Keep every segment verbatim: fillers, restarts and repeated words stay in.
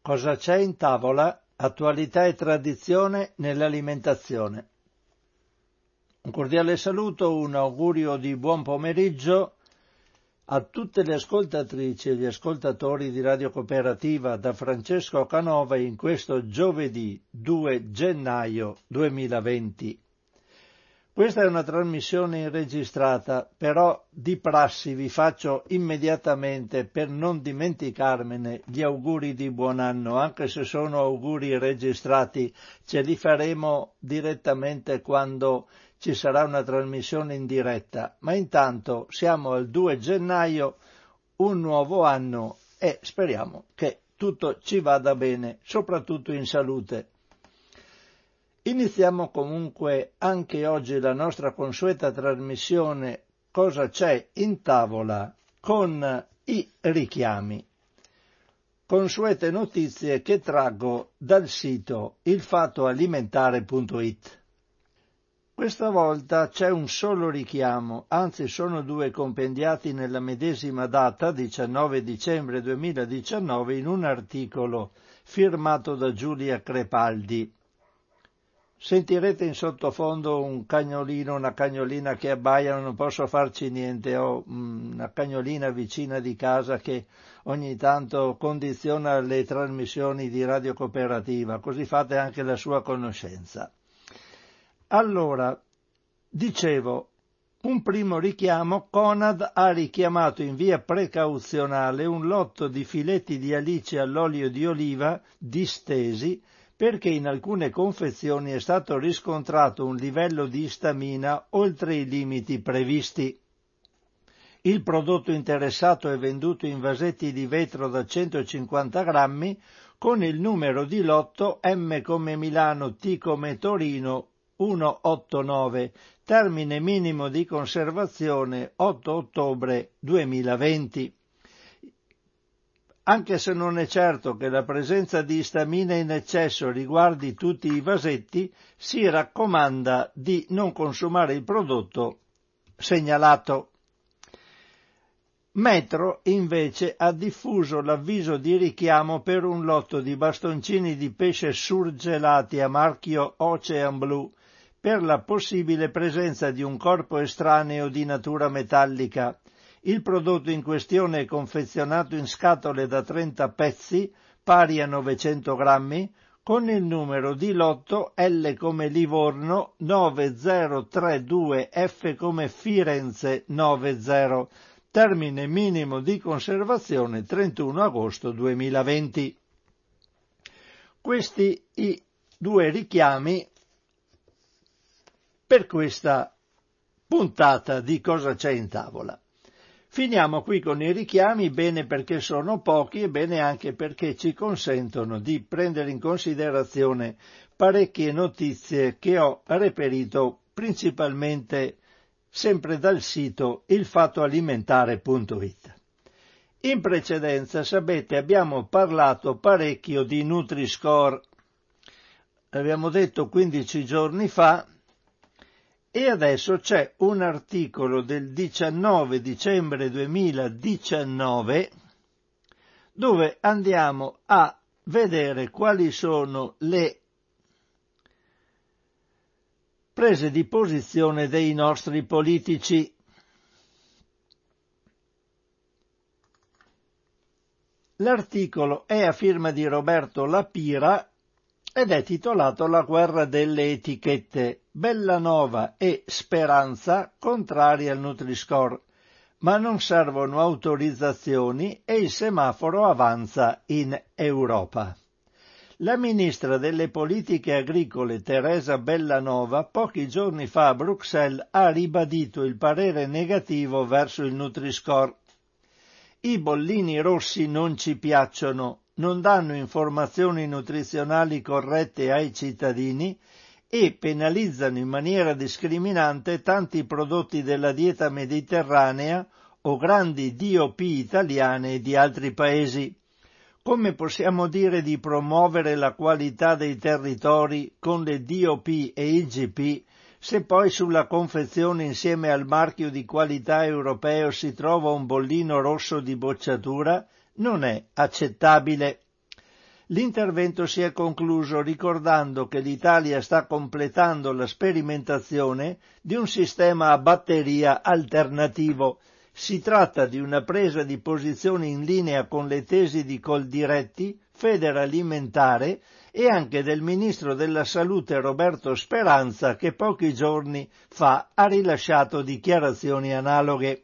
Cosa c'è in tavola? Attualità e tradizione nell'alimentazione. Un cordiale saluto, un augurio di buon pomeriggio a tutte le ascoltatrici e gli ascoltatori di Radio Cooperativa da Francesco Canova in questo giovedì due gennaio duemilaventi. Questa è una trasmissione registrata, però di prassi vi faccio immediatamente, per non dimenticarmene, gli auguri di buon anno, anche se sono auguri registrati, ce li faremo direttamente quando ci sarà una trasmissione in diretta, ma intanto siamo al due gennaio, un nuovo anno e speriamo che tutto ci vada bene, soprattutto in salute. Iniziamo comunque anche oggi la nostra consueta trasmissione Cosa c'è in tavola con i richiami. Consuete notizie che traggo dal sito il fatto alimentare punto it. Questa volta c'è un solo richiamo, anzi sono due compendiati nella medesima data, diciannove dicembre duemiladiciannove, in un articolo firmato da Giulia Crepaldi. Sentirete in sottofondo un cagnolino, una cagnolina che abbaiano, non posso farci niente, ho una cagnolina vicina di casa che ogni tanto condiziona le trasmissioni di Radio Cooperativa, così fate anche la sua conoscenza. Allora, dicevo, un primo richiamo: Conad ha richiamato in via precauzionale un lotto di filetti di alice all'olio di oliva distesi perché in alcune confezioni è stato riscontrato un livello di istamina oltre i limiti previsti. Il prodotto interessato è venduto in vasetti di vetro da centocinquanta grammi con il numero di lotto M come Milano, T come Torino, centoottantanove, termine minimo di conservazione otto ottobre duemilaventi. Anche se non è certo che la presenza di istamina in eccesso riguardi tutti i vasetti, si raccomanda di non consumare il prodotto segnalato. Metro invece ha diffuso l'avviso di richiamo per un lotto di bastoncini di pesce surgelati a marchio Ocean Blue per la possibile presenza di un corpo estraneo di natura metallica. Il prodotto in questione è confezionato in scatole da trenta pezzi, pari a novecento grammi, con il numero di lotto L come Livorno nove zero tre due, F come Firenze novanta, termine minimo di conservazione trentuno agosto duemilaventi. Questi i due richiami per questa puntata di Cosa c'è in tavola. Finiamo qui con i richiami, bene perché sono pochi e bene anche perché ci consentono di prendere in considerazione parecchie notizie che ho reperito principalmente sempre dal sito il fatto alimentare punto it. In precedenza, sapete, abbiamo parlato parecchio di Nutri-Score, abbiamo detto quindici giorni fa, e adesso c'è un articolo del diciannove dicembre duemiladiciannove dove andiamo a vedere quali sono le prese di posizione dei nostri politici. L'articolo è a firma di Roberto Lapira ed è titolato La guerra delle etichette, Bellanova e Speranza contrari al Nutri-Score, ma non servono autorizzazioni e il semaforo avanza in Europa. La ministra delle politiche agricole Teresa Bellanova pochi giorni fa a Bruxelles ha ribadito il parere negativo verso il Nutri-Score. I bollini rossi non ci piacciono, non danno informazioni nutrizionali corrette ai cittadini e penalizzano in maniera discriminante tanti prodotti della dieta mediterranea o grandi D O P italiane e di altri paesi. Come possiamo dire di promuovere la qualità dei territori con le D O P e I G P se poi sulla confezione insieme al marchio di qualità europeo si trova un bollino rosso di bocciatura? Non è accettabile. L'intervento si è concluso ricordando che l'Italia sta completando la sperimentazione di un sistema a batteria alternativo. Si tratta di una presa di posizione in linea con le tesi di Coldiretti, Federalimentare, e anche del ministro della Salute Roberto Speranza, che pochi giorni fa ha rilasciato dichiarazioni analoghe.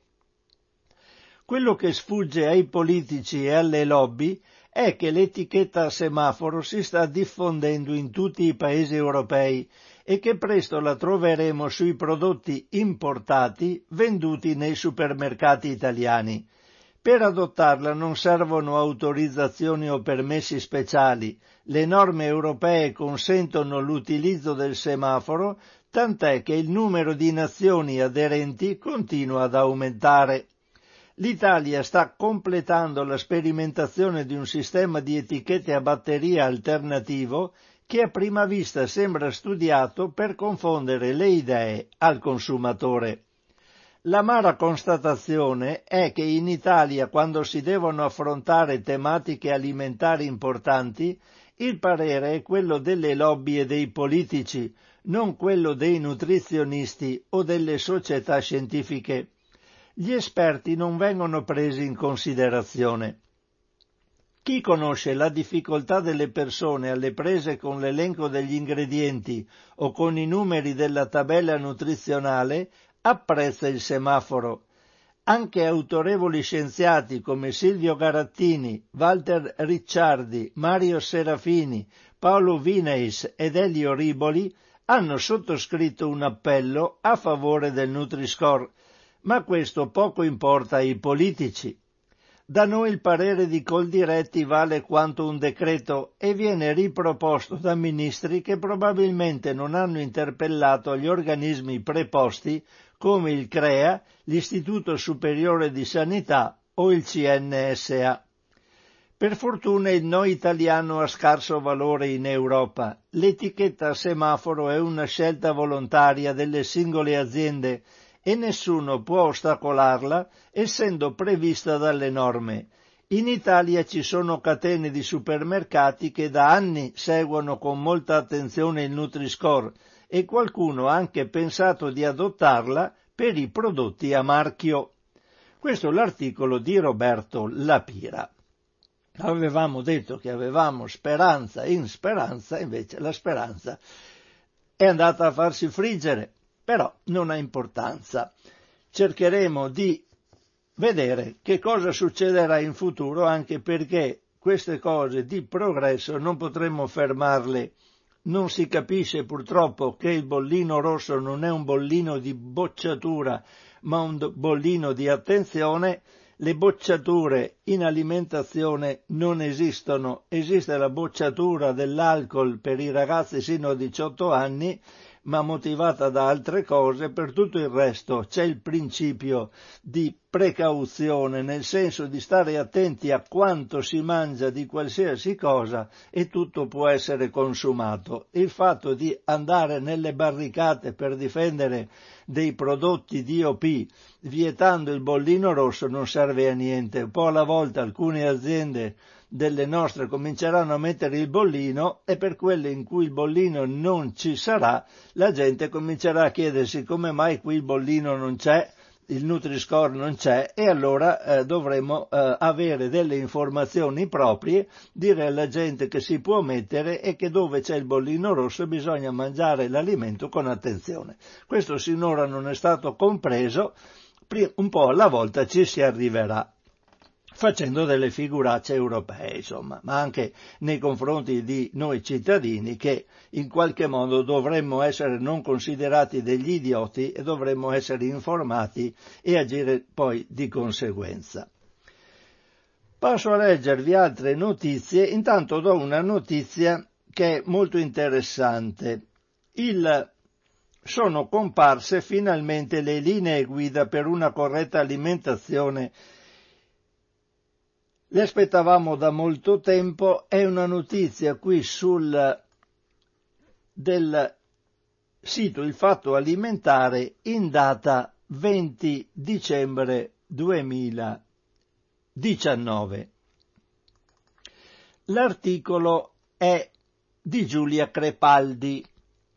Quello che sfugge ai politici e alle lobby è che l'etichetta a semaforo si sta diffondendo in tutti i paesi europei e che presto la troveremo sui prodotti importati venduti nei supermercati italiani. Per adottarla non servono autorizzazioni o permessi speciali, le norme europee consentono l'utilizzo del semaforo, tant'è che il numero di nazioni aderenti continua ad aumentare. L'Italia sta completando la sperimentazione di un sistema di etichette a batteria alternativo che a prima vista sembra studiato per confondere le idee al consumatore. L'amara constatazione è che in Italia, quando si devono affrontare tematiche alimentari importanti, il parere è quello delle lobby e dei politici, non quello dei nutrizionisti o delle società scientifiche. Gli esperti non vengono presi in considerazione. Chi conosce la difficoltà delle persone alle prese con l'elenco degli ingredienti o con i numeri della tabella nutrizionale apprezza il semaforo. Anche autorevoli scienziati come Silvio Garattini, Walter Ricciardi, Mario Serafini, Paolo Vineis ed Elio Riboli hanno sottoscritto un appello a favore del Nutri-Score, ma questo poco importa ai politici. Da noi il parere di Coldiretti vale quanto un decreto e viene riproposto da ministri che probabilmente non hanno interpellato gli organismi preposti come il CREA, l'Istituto Superiore di Sanità o il C N S A. Per fortuna il no italiano ha scarso valore in Europa. L'etichetta a semaforo è una scelta volontaria delle singole aziende e nessuno può ostacolarla essendo prevista dalle norme. In Italia ci sono catene di supermercati che da anni seguono con molta attenzione il Nutri-Score e qualcuno ha anche pensato di adottarla per i prodotti a marchio. Questo è l'articolo di Roberto Lapira. Avevamo detto che avevamo speranza in speranza, invece la speranza è andata a farsi friggere. Però non ha importanza. Cercheremo di vedere che cosa succederà in futuro, anche perché queste cose di progresso non potremo fermarle. Non si capisce purtroppo che il bollino rosso non è un bollino di bocciatura, ma un bollino di attenzione. Le bocciature in alimentazione non esistono. Esiste la bocciatura dell'alcol per i ragazzi sino a diciotto anni, ma motivata da altre cose. Per tutto il resto c'è il principio di precauzione, nel senso di stare attenti a quanto si mangia di qualsiasi cosa e tutto può essere consumato. Il fatto di andare nelle barricate per difendere dei prodotti D O P vietando il bollino rosso non serve a niente. Un po' alla volta alcune aziende delle nostre cominceranno a mettere il bollino e per quelle in cui il bollino non ci sarà la gente comincerà a chiedersi come mai qui il bollino non c'è, il Nutri-Score non c'è, e allora eh, dovremo eh, avere delle informazioni proprie, dire alla gente che si può mettere e che dove c'è il bollino rosso bisogna mangiare l'alimento con attenzione. Questo sinora non è stato compreso, un po' alla volta ci si arriverà, facendo delle figuracce europee, insomma, ma anche nei confronti di noi cittadini che in qualche modo dovremmo essere non considerati degli idioti e dovremmo essere informati e agire poi di conseguenza. Passo a leggervi altre notizie, intanto do una notizia che è molto interessante. Il sono comparse finalmente le linee guida per una corretta alimentazione. Le aspettavamo da molto tempo, è una notizia qui sul del sito Il Fatto Alimentare in data venti dicembre duemiladiciannove. L'articolo è di Giulia Crepaldi.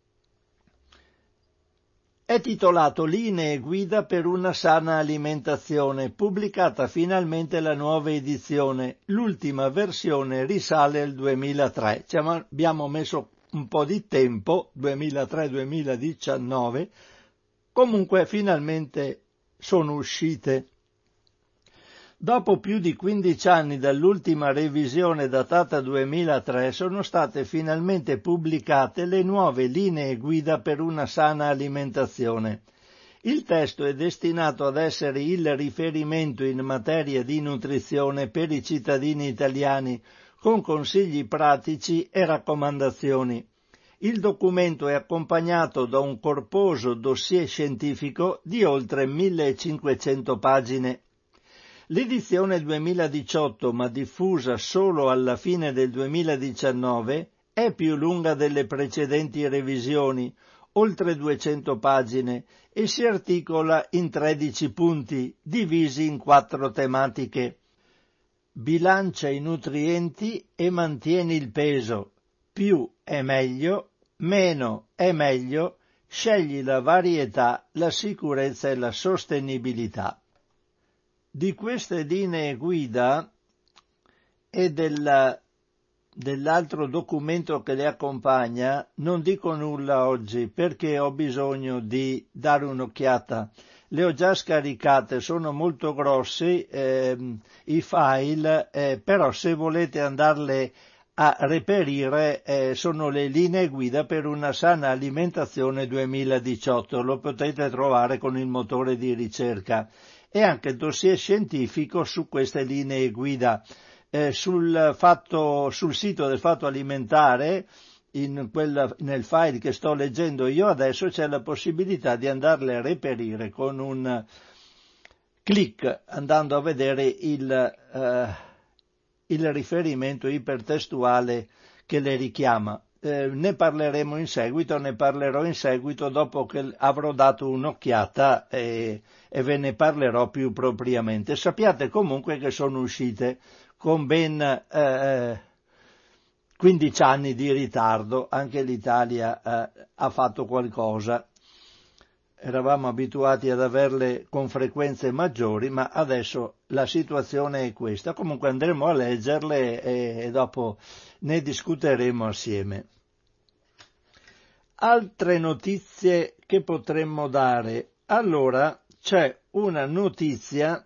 È titolato Linee guida per una sana alimentazione, pubblicata finalmente la nuova edizione. L'ultima versione risale al duemilatré. Ci abbiamo messo un po' di tempo, duemilatré duemiladiciannove, comunque finalmente sono uscite. Dopo più di quindici anni dall'ultima revisione datata duemilatré, sono state finalmente pubblicate le nuove linee guida per una sana alimentazione. Il testo è destinato ad essere il riferimento in materia di nutrizione per i cittadini italiani, con consigli pratici e raccomandazioni. Il documento è accompagnato da un corposo dossier scientifico di oltre millecinquecento pagine. L'edizione duemiladiciotto, ma diffusa solo alla fine del duemiladiciannove, è più lunga delle precedenti revisioni, oltre duecento pagine, e si articola in tredici punti, divisi in quattro tematiche. Bilancia i nutrienti e mantieni il peso. Più è meglio, meno è meglio, scegli la varietà, la sicurezza e la sostenibilità. Di queste linee guida e della, dell'altro documento che le accompagna non dico nulla oggi perché ho bisogno di dare un'occhiata. Le ho già scaricate, sono molto grossi eh, i file, eh, però se volete andarle a reperire eh, sono le linee guida per una sana alimentazione duemiladiciotto, lo potete trovare con il motore di ricerca. E anche il dossier scientifico su queste linee guida. Eh, sul, fatto, sul sito del Fatto Alimentare, in quella, nel file che sto leggendo io adesso, c'è la possibilità di andarle a reperire con un clic, andando a vedere il, eh, il riferimento ipertestuale che le richiama. Eh, ne parleremo in seguito, ne parlerò in seguito dopo che avrò dato un'occhiata e, e ve ne parlerò più propriamente. Sappiate comunque che sono uscite con ben eh, quindici anni di ritardo, anche l'Italia eh, ha fatto qualcosa. Eravamo abituati ad averle con frequenze maggiori, ma adesso la situazione è questa. Comunque andremo a leggerle e, e dopo ne discuteremo assieme. Altre notizie che potremmo dare. Allora, c'è una notizia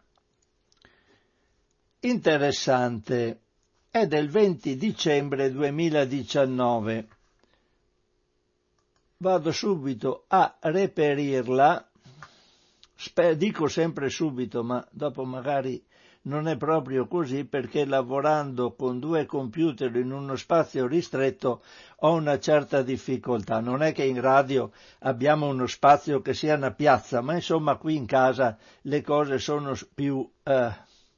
interessante. È del venti dicembre duemiladiciannove. Vado subito a reperirla, Sper- dico sempre subito, ma dopo magari non è proprio così, perché lavorando con due computer in uno spazio ristretto ho una certa difficoltà. Non è che in radio abbiamo uno spazio che sia una piazza, ma insomma qui in casa le cose sono più eh,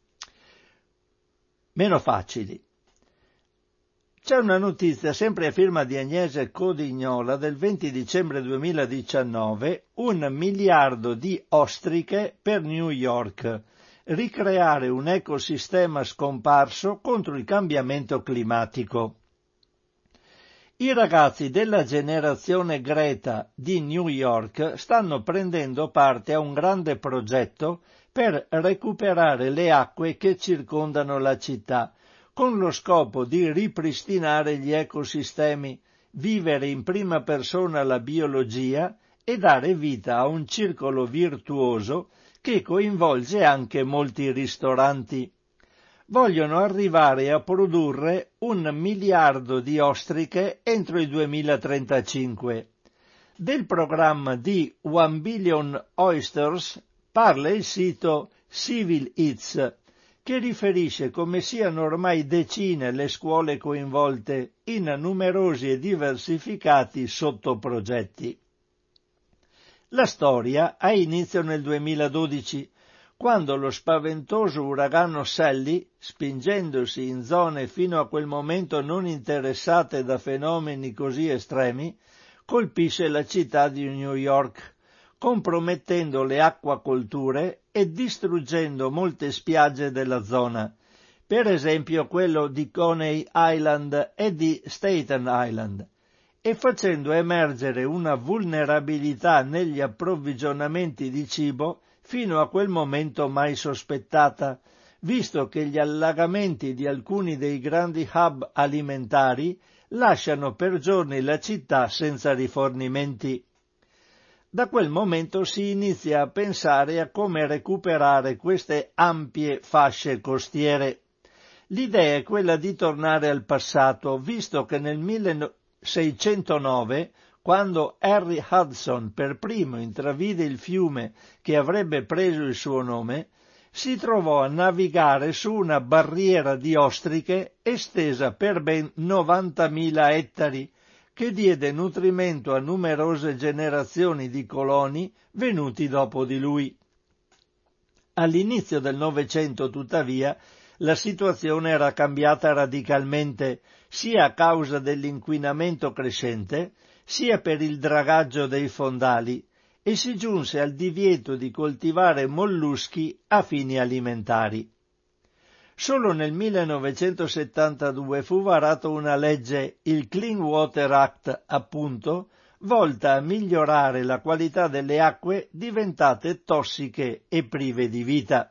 meno facili. C'è una notizia, sempre a firma di Agnese Codignola, del venti dicembre duemiladiciannove, un miliardo di ostriche per New York, ricreare un ecosistema scomparso contro il cambiamento climatico. I ragazzi della generazione Greta di New York stanno prendendo parte a un grande progetto per recuperare le acque che circondano la città, con lo scopo di ripristinare gli ecosistemi, vivere in prima persona la biologia e dare vita a un circolo virtuoso che coinvolge anche molti ristoranti. Vogliono arrivare a produrre un miliardo di ostriche entro il duemilatrentacinque. Del programma di One Billion Oysters parla il sito Civil Eats, che riferisce come siano ormai decine le scuole coinvolte in numerosi e diversificati sottoprogetti. La storia ha inizio nel duemiladodici, quando lo spaventoso uragano Sally, spingendosi in zone fino a quel momento non interessate da fenomeni così estremi, colpisce la città di New York, compromettendo le acquacolture e distruggendo molte spiagge della zona. per esempio quello di Coney Island e di Staten Island, e facendo emergere una vulnerabilità negli approvvigionamenti di cibo fino a quel momento mai sospettata, visto che gli allagamenti di alcuni dei grandi hub alimentari lasciano per giorni la città senza rifornimenti. Da quel momento si inizia a pensare a come recuperare queste ampie fasce costiere. L'idea è quella di tornare al passato, visto che nel milleseicentonove, quando Henry Hudson per primo intravide il fiume che avrebbe preso il suo nome, si trovò a navigare su una barriera di ostriche estesa per ben novantamila ettari, che diede nutrimento a numerose generazioni di coloni venuti dopo di lui. All'inizio del Novecento, tuttavia, la situazione era cambiata radicalmente, sia a causa dell'inquinamento crescente, sia per il dragaggio dei fondali, e si giunse al divieto di coltivare molluschi a fini alimentari. Solo nel millenovecentosettantadue fu varata una legge, il Clean Water Act, appunto, volta a migliorare la qualità delle acque diventate tossiche e prive di vita.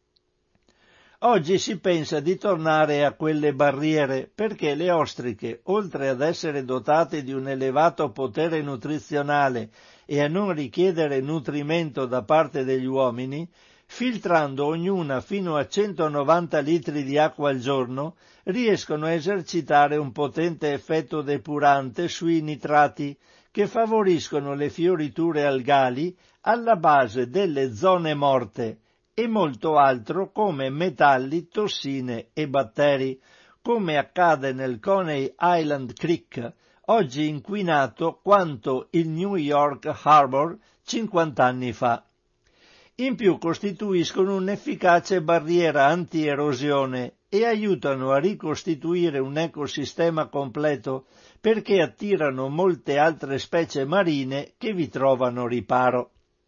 Oggi si pensa di tornare a quelle barriere perché le ostriche, oltre ad essere dotate di un elevato potere nutrizionale e a non richiedere nutrimento da parte degli uomini, filtrando ognuna fino a centonovanta litri di acqua al giorno, riescono a esercitare un potente effetto depurante sui nitrati che favoriscono le fioriture algali alla base delle zone morte e molto altro come metalli, tossine e batteri, come accade nel Coney Island Creek, oggi inquinato quanto il New York Harbor cinquant'anni fa. In più costituiscono un'efficace barriera anti-erosione e aiutano a ricostituire un ecosistema completo perché attirano molte altre specie marine che vi trovano riparo.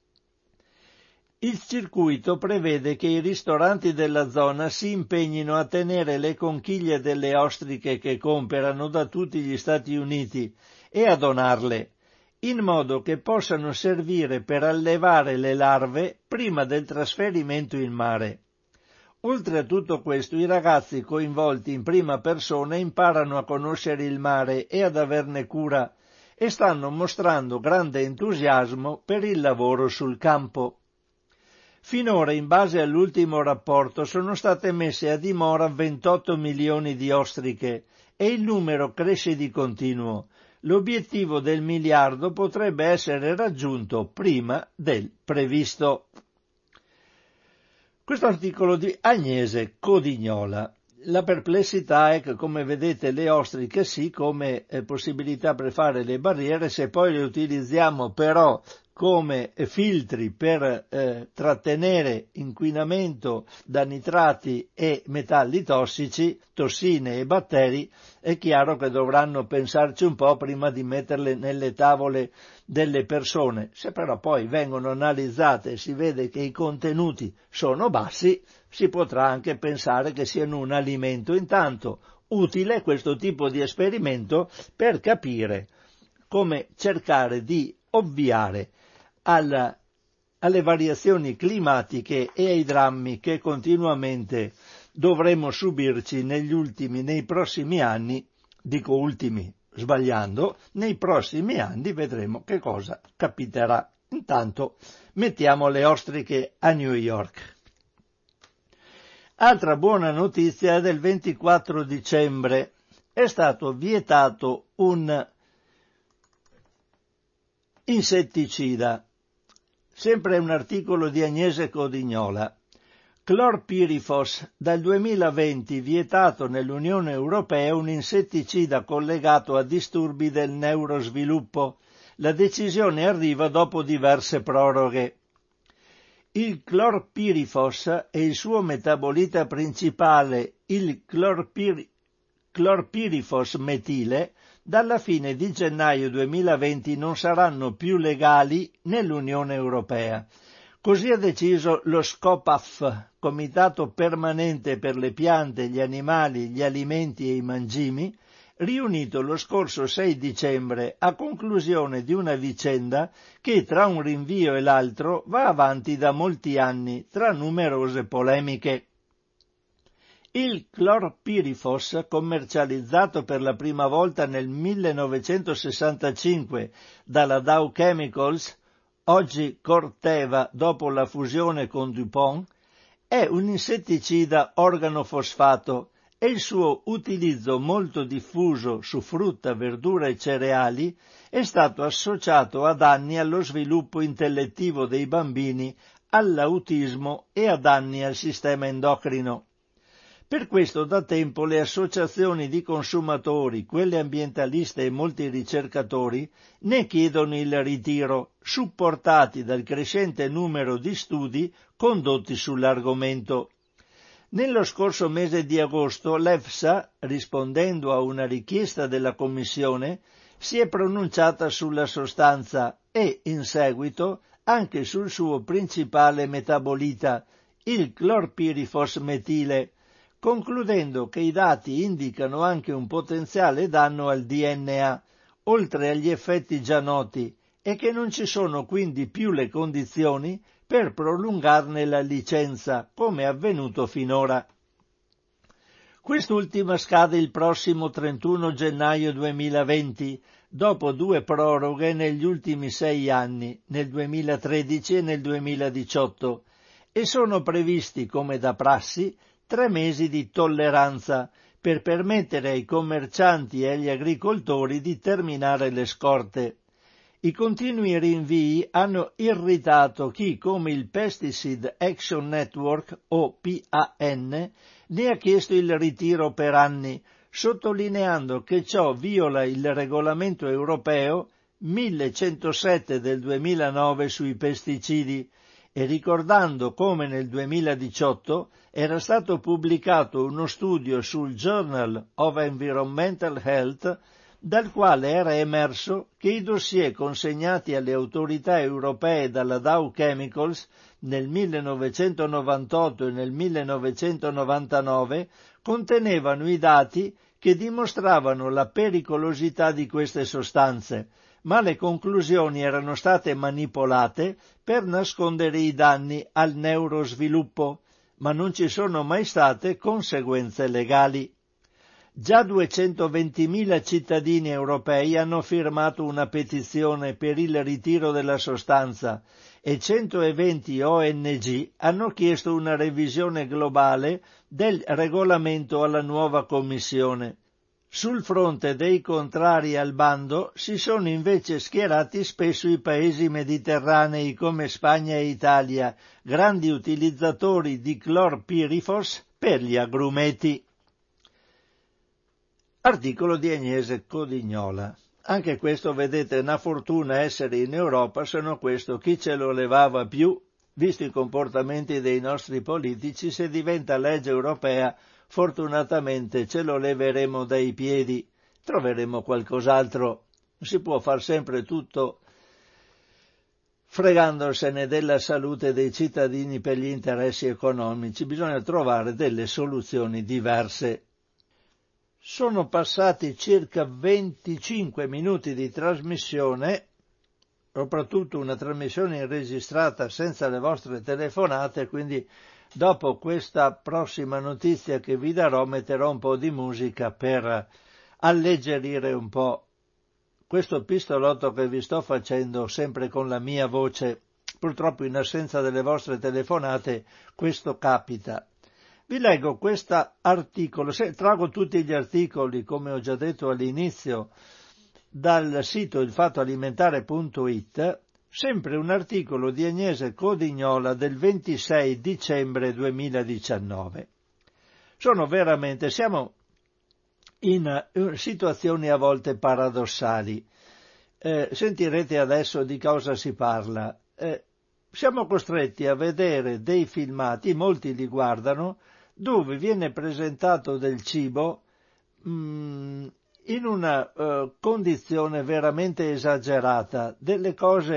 Il circuito prevede che i ristoranti della zona si impegnino a tenere le conchiglie delle ostriche che comprano da tutti gli Stati Uniti e a donarle, in modo che possano servire per allevare le larve prima del trasferimento in mare. Oltre a tutto questo, i ragazzi coinvolti in prima persona imparano a conoscere il mare e ad averne cura e stanno mostrando grande entusiasmo per il lavoro sul campo. Finora, in base all'ultimo rapporto, sono state messe a dimora ventotto milioni di ostriche e il numero cresce di continuo. L'obiettivo del miliardo potrebbe essere raggiunto prima del previsto. Questo articolo di Agnese Codignola. La perplessità è che, come vedete, le ostriche sì, come eh, possibilità per fare le barriere, se poi le utilizziamo però come filtri per eh, trattenere inquinamento da nitrati e metalli tossici, tossine e batteri, è chiaro che dovranno pensarci un po' prima di metterle nelle tavole delle persone. Se però poi vengono analizzate e si vede che i contenuti sono bassi, si potrà anche pensare che siano un alimento. Intanto utile questo tipo di esperimento per capire come cercare di ovviare alla, alle variazioni climatiche e ai drammi che continuamente dovremo subirci negli ultimi, nei prossimi anni, dico ultimi sbagliando, nei prossimi anni vedremo che cosa capiterà. Intanto mettiamo le ostriche a New York. Altra buona notizia è del ventiquattro dicembre. È stato vietato un insetticida. Sempre un articolo di Agnese Codignola. Clorpyrifos, dal duemilaventi vietato nell'Unione Europea un insetticida collegato a disturbi del neurosviluppo. La decisione arriva dopo diverse proroghe. Il clorpyrifos e il suo metabolita principale, il clorpir- clorpyrifos metile, dalla fine di gennaio duemilaventi non saranno più legali nell'Unione Europea. Così ha deciso lo SCOPAF, Comitato Permanente per le Piante, gli Animali, gli Alimenti e i Mangimi, riunito lo scorso sei dicembre a conclusione di una vicenda che tra un rinvio e l'altro va avanti da molti anni tra numerose polemiche. Il clorpirifos, commercializzato per la prima volta nel millenovecentosessantacinque dalla Dow Chemicals, oggi Corteva dopo la fusione con DuPont, è un insetticida organofosfato e il suo utilizzo molto diffuso su frutta, verdura e cereali è stato associato a danni allo sviluppo intellettivo dei bambini, all'autismo e a danni al sistema endocrino. Per questo da tempo le associazioni di consumatori, quelle ambientaliste e molti ricercatori ne chiedono il ritiro, supportati dal crescente numero di studi condotti sull'argomento. Nello scorso mese di agosto l'EFSA, rispondendo a una richiesta della Commissione, si è pronunciata sulla sostanza e, in seguito, anche sul suo principale metabolita, il clorpirifos metile, concludendo che i dati indicano anche un potenziale danno al D N A, oltre agli effetti già noti, e che non ci sono quindi più le condizioni per prolungarne la licenza, come è avvenuto finora. Quest'ultima scade il prossimo trentuno gennaio duemilaventi, dopo due proroghe negli ultimi sei anni, nel duemilatredici e nel duemiladiciotto, e sono previsti, come da prassi, tre mesi di tolleranza per permettere ai commercianti e agli agricoltori di terminare le scorte. I continui rinvii hanno irritato chi, come il Pesticide Action Network, o P A N, ne ha chiesto il ritiro per anni, sottolineando che ciò viola il regolamento europeo millecentosette del duemilanove sui pesticidi, e ricordando come nel duemiladiciotto era stato pubblicato uno studio sul Journal of Environmental Health dal quale era emerso che i dossier consegnati alle autorità europee dalla Dow Chemicals nel millenovecentonovantotto e nel millenovecentonovantanove contenevano i dati che dimostravano la pericolosità di queste sostanze, ma le conclusioni erano state manipolate per nascondere i danni al neurosviluppo, ma non ci sono mai state conseguenze legali. Già duecentoventimila cittadini europei hanno firmato una petizione per il ritiro della sostanza e centoventi O N G hanno chiesto una revisione globale del regolamento alla nuova Commissione. Sul fronte dei contrari al bando si sono invece schierati spesso i paesi mediterranei come Spagna e Italia, grandi utilizzatori di clorpirifos per gli agrumeti. Articolo di Agnese Codignola. Anche questo, vedete, è una fortuna essere in Europa, se no questo chi ce lo levava più, visto i comportamenti dei nostri politici, se diventa legge europea, fortunatamente ce lo leveremo dai piedi, troveremo qualcos'altro. Si può far sempre tutto fregandosene della salute dei cittadini per gli interessi economici, bisogna trovare delle soluzioni diverse. Sono passati circa venticinque minuti di trasmissione, soprattutto una trasmissione registrata senza le vostre telefonate, quindi dopo questa prossima notizia che vi darò metterò un po' di musica per alleggerire un po' questo pistolotto che vi sto facendo sempre con la mia voce. Purtroppo in assenza delle vostre telefonate questo capita. Vi leggo questo articolo, se, trago tutti gli articoli, come ho già detto all'inizio, dal sito ilfattoalimentare punto it, sempre un articolo di Agnese Codignola del ventisei dicembre duemiladiciannove. Sono veramente, siamo in situazioni a volte paradossali. Eh, sentirete adesso di cosa si parla. Eh, siamo costretti a vedere dei filmati, molti li guardano, dove viene presentato del cibo mh, in una uh, condizione veramente esagerata, delle cose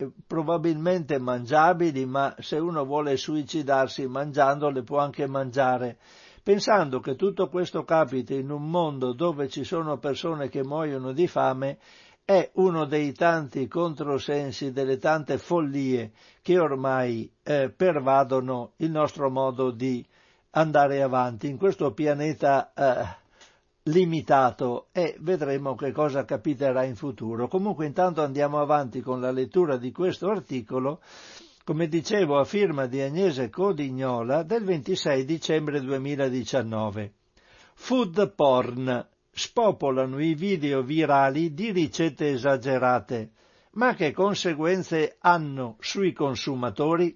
probabilmente mangiabili, ma se uno vuole suicidarsi mangiandole può anche mangiare, pensando che tutto questo capiti in un mondo dove ci sono persone che muoiono di fame, è uno dei tanti controsensi, delle tante follie che ormai eh, pervadono il nostro modo di andare avanti in questo pianeta eh, limitato, e vedremo che cosa capiterà in futuro. Comunque intanto andiamo avanti con la lettura di questo articolo, come dicevo, a firma di Agnese Codignola, del ventisei dicembre duemiladiciannove. Food porn. Spopolano i video virali di ricette esagerate, ma che conseguenze hanno sui consumatori?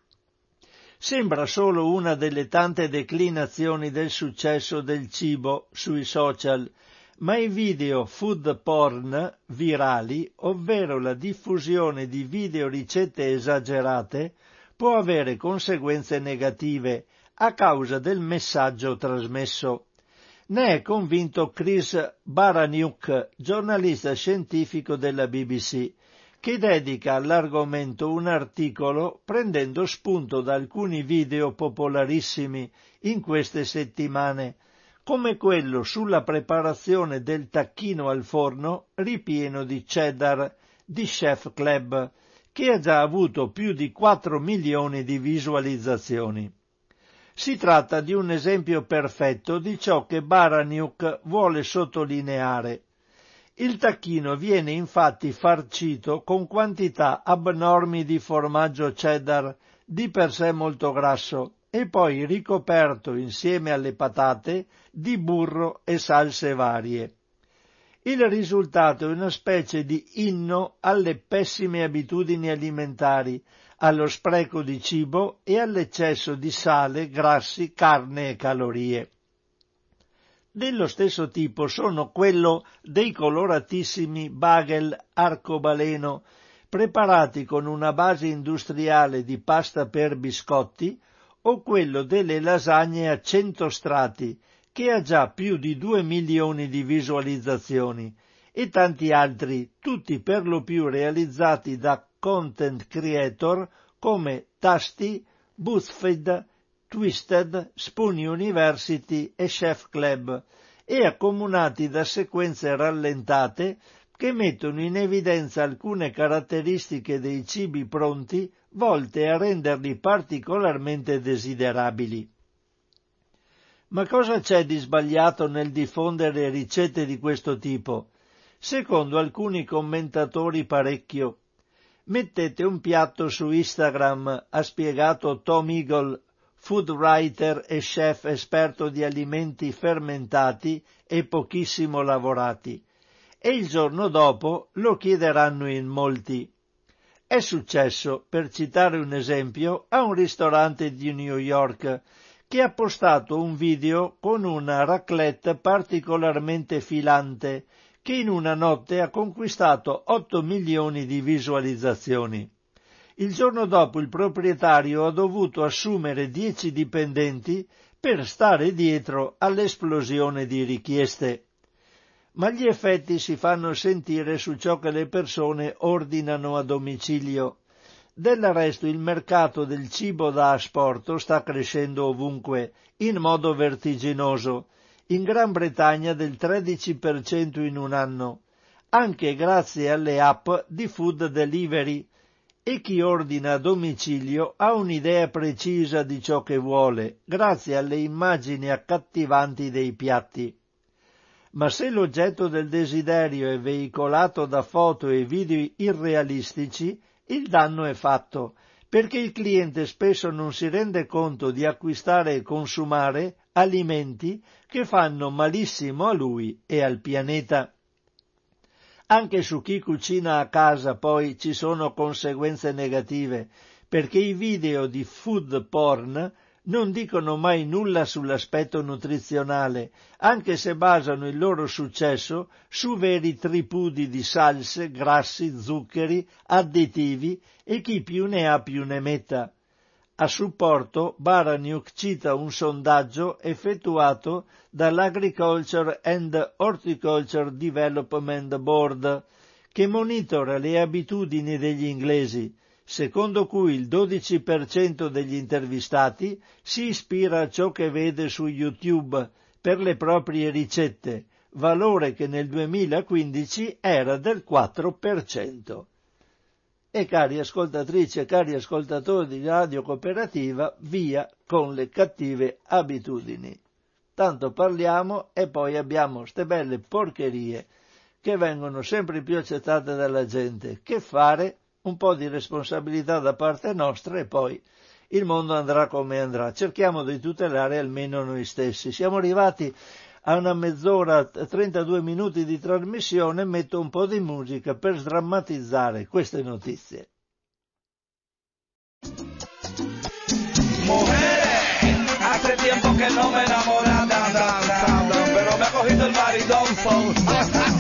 Sembra solo una delle tante declinazioni del successo del cibo sui social, ma i video food porn virali, ovvero la diffusione di video ricette esagerate, può avere conseguenze negative a causa del messaggio trasmesso. Ne è convinto Chris Baraniuk, giornalista scientifico della B B C, che dedica all'argomento un articolo prendendo spunto da alcuni video popolarissimi in queste settimane, come quello sulla preparazione del tacchino al forno ripieno di cheddar di Chef Club, che ha già avuto più di quattro milioni di visualizzazioni. Si tratta di un esempio perfetto di ciò che Baraniuk vuole sottolineare. Il tacchino viene infatti farcito con quantità abnormi di formaggio cheddar, di per sé molto grasso, e poi ricoperto insieme alle patate di burro e salse varie. Il risultato è una specie di inno alle pessime abitudini alimentari, allo spreco di cibo e all'eccesso di sale, grassi, carne e calorie. Dello stesso tipo sono quello dei coloratissimi bagel arcobaleno, preparati con una base industriale di pasta per biscotti, o quello delle lasagne a cento strati, che ha già più di due milioni di visualizzazioni, e tanti altri, tutti per lo più realizzati da content creator come Tasty, BuzzFeed, Twisted, Spoon University e Chef Club, e accomunati da sequenze rallentate che mettono in evidenza alcune caratteristiche dei cibi pronti volte a renderli particolarmente desiderabili. Ma cosa c'è di sbagliato nel diffondere ricette di questo tipo? Secondo alcuni commentatori parecchio. Mettete un piatto su Instagram, ha spiegato Tom Eagle, food writer e chef esperto di alimenti fermentati e pochissimo lavorati, e il giorno dopo lo chiederanno in molti. È successo, per citare un esempio, a un ristorante di New York che ha postato un video con una raclette particolarmente filante che in una notte ha conquistato otto milioni di visualizzazioni. Il giorno dopo il proprietario ha dovuto assumere dieci dipendenti per stare dietro all'esplosione di richieste. Ma gli effetti si fanno sentire su ciò che le persone ordinano a domicilio. Del resto il mercato del cibo da asporto sta crescendo ovunque, in modo vertiginoso, in Gran Bretagna del tredici per cento in un anno, anche grazie alle app di food delivery, e chi ordina a domicilio ha un'idea precisa di ciò che vuole, grazie alle immagini accattivanti dei piatti. Ma se l'oggetto del desiderio è veicolato da foto e video irrealistici, il danno è fatto, perché il cliente spesso non si rende conto di acquistare e consumare alimenti che fanno malissimo a lui e al pianeta. Anche su chi cucina a casa poi ci sono conseguenze negative, perché i video di food porn non dicono mai nulla sull'aspetto nutrizionale, anche se basano il loro successo su veri tripudi di salse, grassi, zuccheri, additivi e chi più ne ha più ne metta. A supporto, Baraniuk cita un sondaggio effettuato dall'Agriculture and Horticulture Development Board, che monitora le abitudini degli inglesi, secondo cui il dodici per cento degli intervistati si ispira a ciò che vede su YouTube per le proprie ricette, valore che nel duemilaquindici era del quattro per cento. E cari ascoltatrici e cari ascoltatori di Radio Cooperativa, via con le cattive abitudini. Tanto parliamo e poi abbiamo ste belle porcherie che vengono sempre più accettate dalla gente. Che fare? Un po' di responsabilità da parte nostra e poi il mondo andrà come andrà. Cerchiamo di tutelare almeno noi stessi. Siamo arrivati a una mezz'ora, trentadue minuti di trasmissione, metto un po' di musica per sdrammatizzare queste notizie. Mujeres, hace tiempo que no me enamoran, pero me ha cogido el maridón.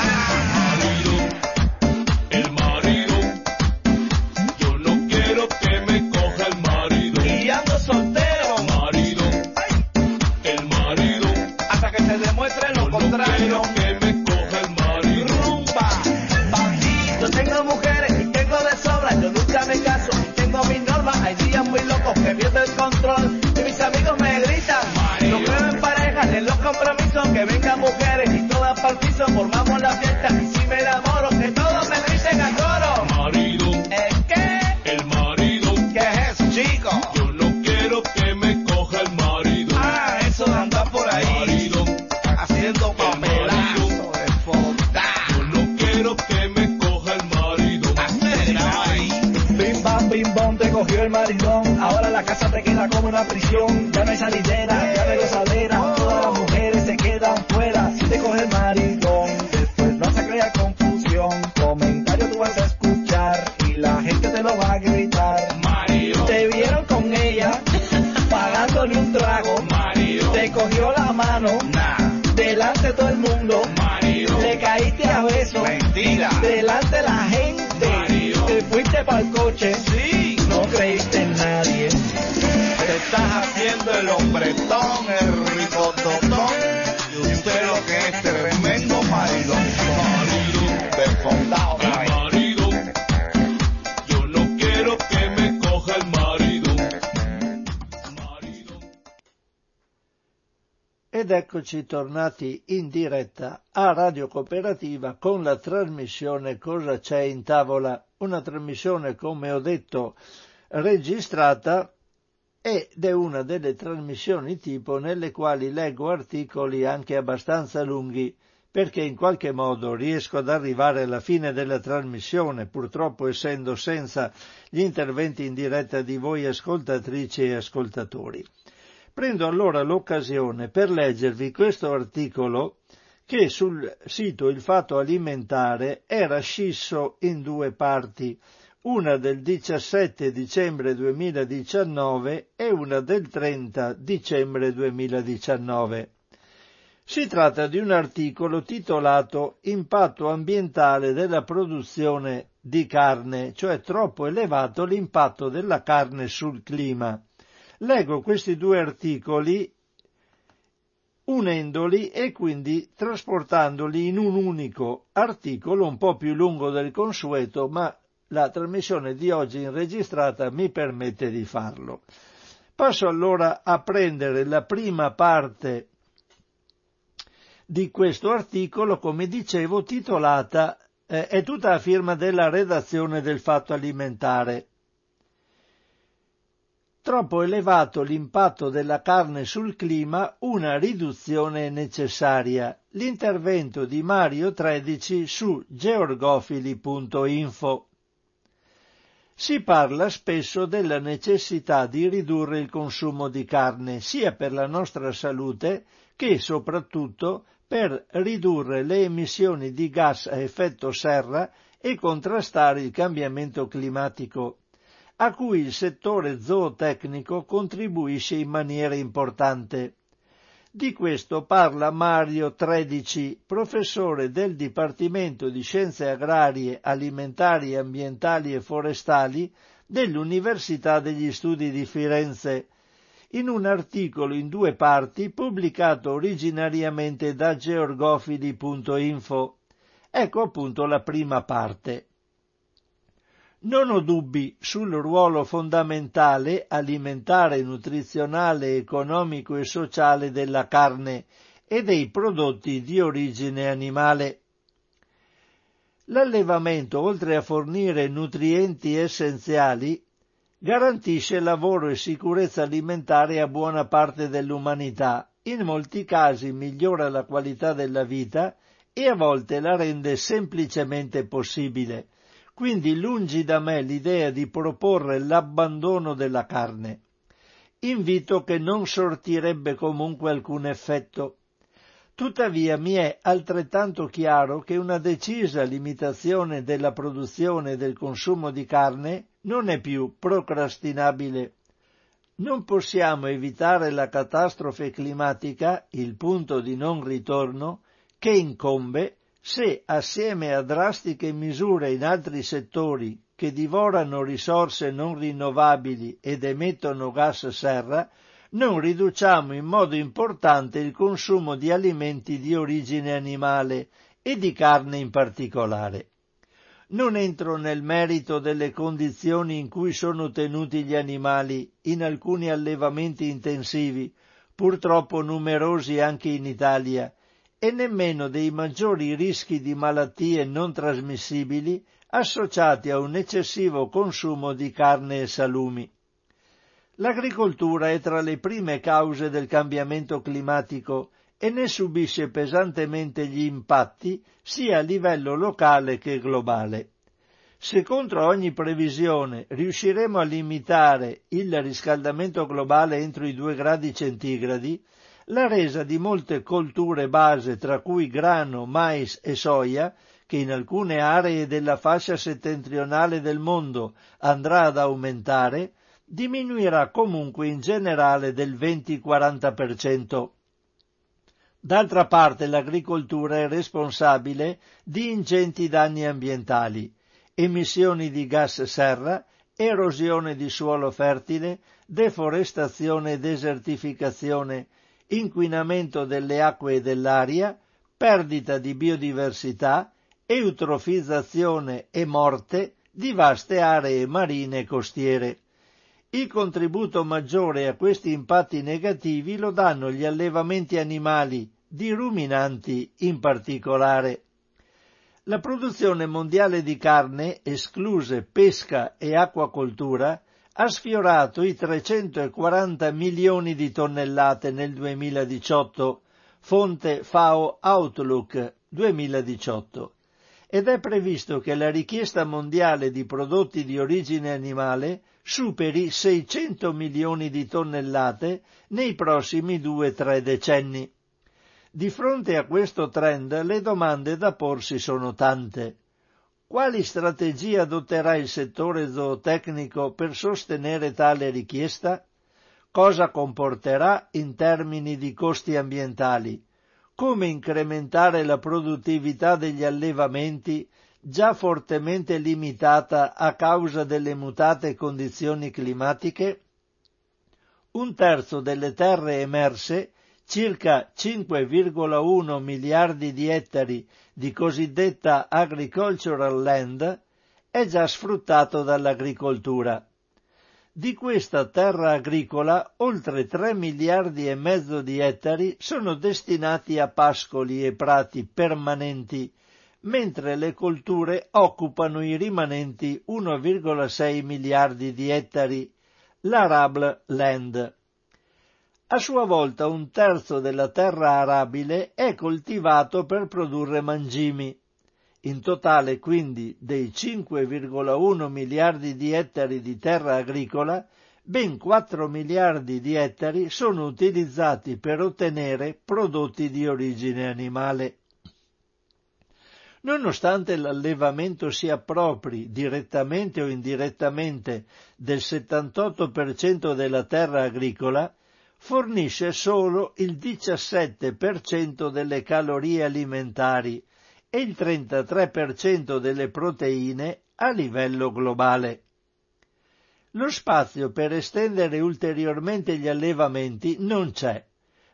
El marido, yo no quiero que me coja el marido. Y ando soltero, marido, el marido, hasta que se demuestre lo contrario. No quiero que me coja el marido. Rumba, yo tengo mujeres y tengo de sobra, yo nunca me caso, tengo mis normas, hay días muy locos que pierdo el control y mis amigos me gritan. No creo en parejas, en los compromisos, que vengan mujeres y todas para el piso, formamos la fiesta y si me enamoro, que todos me griten a coro. Marido, ¿el qué? El marido. ¿Qué es eso, chico? Yo no quiero que me coja el marido. Ah, eso de andar por ahí, marido, haciendo papelazo de fonda. Yo no quiero que me coja el marido. Acelerado ahí. Bim bam, bim bom, te cogió el maridón. Ahora la casa te queda como una prisión. Ya no hay salidera, ya no hay gozadera. Todas las mujeres se quedan fuera. Si te coge el maridón, después vas a crear confusión. Comentarios tú vas a escuchar y la gente te lo va a gritar. Marido, te vieron con ella pagándole un trago. Marido, te cogió la mano, nah, delante de todo el mundo. Marido, le caíste a besos. Mentira, delante de la gente. Marido, te fuiste para el coche. Sí, no creíste en nadie. Te estás haciendo el hombretón, el ricototón. Y usted lo que es tremendo marido. Marido, desfondado. El marido, yo no quiero que me coja el marido. Marido. Ed eccoci tornati in diretta a Radio Cooperativa con la trasmissione Cosa c'è in tavola, una trasmissione, come ho detto, registrata, ed è una delle trasmissioni tipo nelle quali leggo articoli anche abbastanza lunghi, perché in qualche modo riesco ad arrivare alla fine della trasmissione, purtroppo essendo senza gli interventi in diretta di voi ascoltatrici e ascoltatori. Prendo allora l'occasione per leggervi questo articolo che sul sito Il Fatto Alimentare era scisso in due parti, una del diciassette dicembre duemiladiciannove e una del trenta dicembre duemiladiciannove. Si tratta di un articolo titolato Impatto ambientale della produzione di carne, cioè troppo elevato l'impatto della carne sul clima. Leggo questi due articoli unendoli e quindi trasportandoli in un unico articolo un po' più lungo del consueto, ma la trasmissione di oggi registrata mi permette di farlo. Passo allora a prendere la prima parte di questo articolo, come dicevo, titolata, eh, è tutta a firma della redazione del Fatto Alimentare. Troppo elevato l'impatto della carne sul clima, una riduzione è necessaria. L'intervento di Mario tredici su georgofili punto info. Si parla spesso della necessità di ridurre il consumo di carne, sia per la nostra salute che soprattutto per ridurre le emissioni di gas a effetto serra e contrastare il cambiamento climatico, a cui il settore zootecnico contribuisce in maniera importante. Di questo parla Mario tredici, professore del Dipartimento di Scienze Agrarie, Alimentari, Ambientali e Forestali dell'Università degli Studi di Firenze, in un articolo in due parti pubblicato originariamente da georgofili punto info. Ecco appunto la prima parte. Non ho dubbi sul ruolo fondamentale, alimentare, nutrizionale, economico e sociale della carne e dei prodotti di origine animale. L'allevamento, oltre a fornire nutrienti essenziali, garantisce lavoro e sicurezza alimentare a buona parte dell'umanità, in molti casi migliora la qualità della vita e a volte la rende semplicemente possibile. Quindi lungi da me l'idea di proporre l'abbandono della carne. Invito che non sortirebbe comunque alcun effetto. Tuttavia mi è altrettanto chiaro che una decisa limitazione della produzione e del consumo di carne non è più procrastinabile. Non possiamo evitare la catastrofe climatica, il punto di non ritorno, che incombe se, assieme a drastiche misure in altri settori che divorano risorse non rinnovabili ed emettono gas serra, non riduciamo in modo importante il consumo di alimenti di origine animale e di carne in particolare. Non entro nel merito delle condizioni in cui sono tenuti gli animali in alcuni allevamenti intensivi, purtroppo numerosi anche in Italia, e nemmeno dei maggiori rischi di malattie non trasmissibili associati a un eccessivo consumo di carne e salumi. L'agricoltura è tra le prime cause del cambiamento climatico e ne subisce pesantemente gli impatti sia a livello locale che globale. Se contro ogni previsione riusciremo a limitare il riscaldamento globale entro i due gradi centigradi, la resa di molte colture base, tra cui grano, mais e soia, che in alcune aree della fascia settentrionale del mondo andrà ad aumentare, diminuirà comunque in generale del venti-quaranta per cento. D'altra parte l'agricoltura è responsabile di ingenti danni ambientali, emissioni di gas serra, erosione di suolo fertile, deforestazione e desertificazione, inquinamento delle acque e dell'aria, perdita di biodiversità, eutrofizzazione e morte di vaste aree marine e costiere. Il contributo maggiore a questi impatti negativi lo danno gli allevamenti animali, di ruminanti in particolare. La produzione mondiale di carne, escluse pesca e acquacoltura, ha sfiorato i trecentoquaranta milioni di tonnellate nel duemiladiciotto, fonte FAO Outlook duemiladiciotto, ed è previsto che la richiesta mondiale di prodotti di origine animale superi seicento milioni di tonnellate nei prossimi due tre decenni. Di fronte a questo trend le domande da porsi sono tante. Quali strategie adotterà il settore zootecnico per sostenere tale richiesta? Cosa comporterà in termini di costi ambientali? Come incrementare la produttività degli allevamenti, già fortemente limitata a causa delle mutate condizioni climatiche? Un terzo delle terre emerse, circa cinque virgola uno miliardi di ettari di cosiddetta agricultural land, è già sfruttato dall'agricoltura. Di questa terra agricola, oltre tre miliardi e mezzo di ettari sono destinati a pascoli e prati permanenti, mentre le colture occupano i rimanenti uno virgola sei miliardi di ettari, l'arable land. A sua volta un terzo della terra arabile è coltivato per produrre mangimi. In totale quindi dei cinque virgola uno miliardi di ettari di terra agricola, ben quattro miliardi di ettari sono utilizzati per ottenere prodotti di origine animale. Nonostante l'allevamento si appropri, direttamente o indirettamente, del settantotto per cento della terra agricola, fornisce solo il diciassette per cento delle calorie alimentari e il trentatré per cento delle proteine a livello globale. Lo spazio per estendere ulteriormente gli allevamenti non c'è,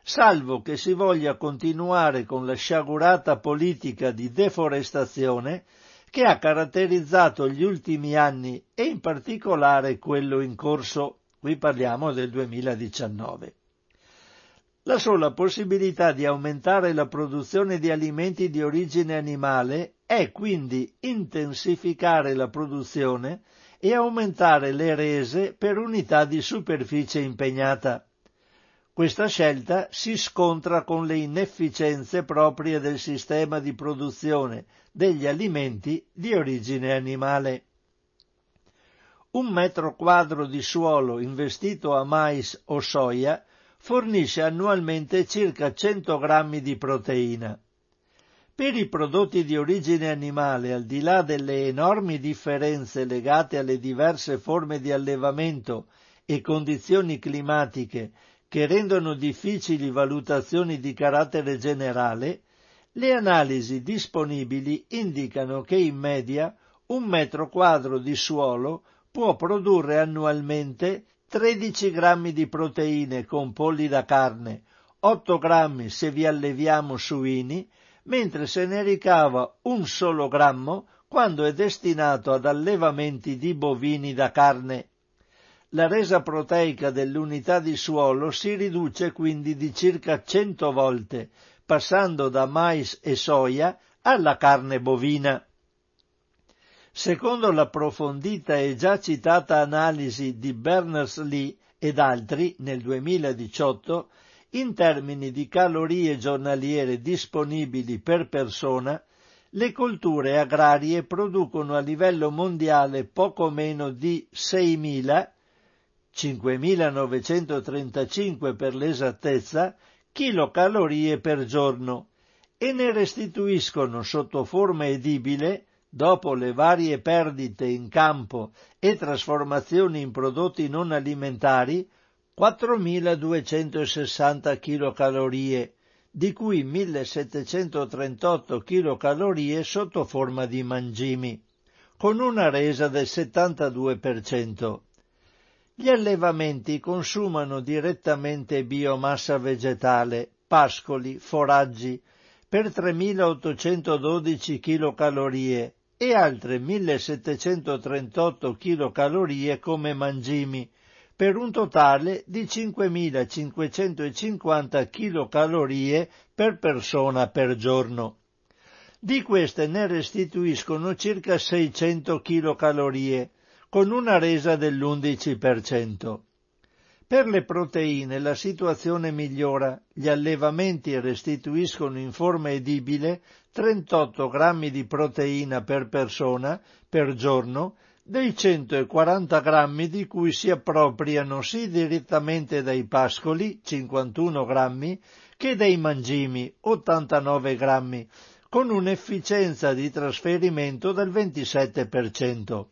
salvo che si voglia continuare con la sciagurata politica di deforestazione che ha caratterizzato gli ultimi anni e in particolare quello in corso, qui parliamo del duemiladiciannove. La sola possibilità di aumentare la produzione di alimenti di origine animale è quindi intensificare la produzione e aumentare le rese per unità di superficie impegnata. Questa scelta si scontra con le inefficienze proprie del sistema di produzione degli alimenti di origine animale. Un metro quadro di suolo investito a mais o soia fornisce annualmente circa cento grammi di proteina. Per i prodotti di origine animale, al di là delle enormi differenze legate alle diverse forme di allevamento e condizioni climatiche che rendono difficili valutazioni di carattere generale, le analisi disponibili indicano che in media un metro quadro di suolo può produrre annualmente tredici grammi di proteine con polli da carne, otto grammi se vi alleviamo suini, mentre se ne ricava un solo grammo quando è destinato ad allevamenti di bovini da carne. La resa proteica dell'unità di suolo si riduce quindi di circa cento volte, passando da mais e soia alla carne bovina. Secondo l'approfondita e già citata analisi di Berners-Lee ed altri nel duemiladiciotto, in termini di calorie giornaliere disponibili per persona, le colture agrarie producono a livello mondiale poco meno di seimila, cinquemilanovecentotrentacinque per l'esattezza, chilocalorie per giorno e ne restituiscono sotto forma edibile, dopo le varie perdite in campo e trasformazioni in prodotti non alimentari, quattromiladuecentosessanta chilocalorie, di cui millesettecentotrentotto chilocalorie sotto forma di mangimi, con una resa del settantadue per cento. Gli allevamenti consumano direttamente biomassa vegetale, pascoli, foraggi, per tremilaottocentododici chilocalorie e altre millesettecentotrentotto chilocalorie come mangimi, per un totale di cinquemilacinquecentocinquanta chilocalorie per persona per giorno. Di queste ne restituiscono circa seicento chilocalorie, con una resa dell'undici per cento. Per le proteine la situazione migliora, gli allevamenti restituiscono in forma edibile trentotto grammi di proteina per persona per giorno, dei centoquaranta grammi di cui si appropriano sì direttamente dai pascoli, cinquantuno grammi, che dai mangimi, ottantanove grammi, con un'efficienza di trasferimento del ventisette per cento.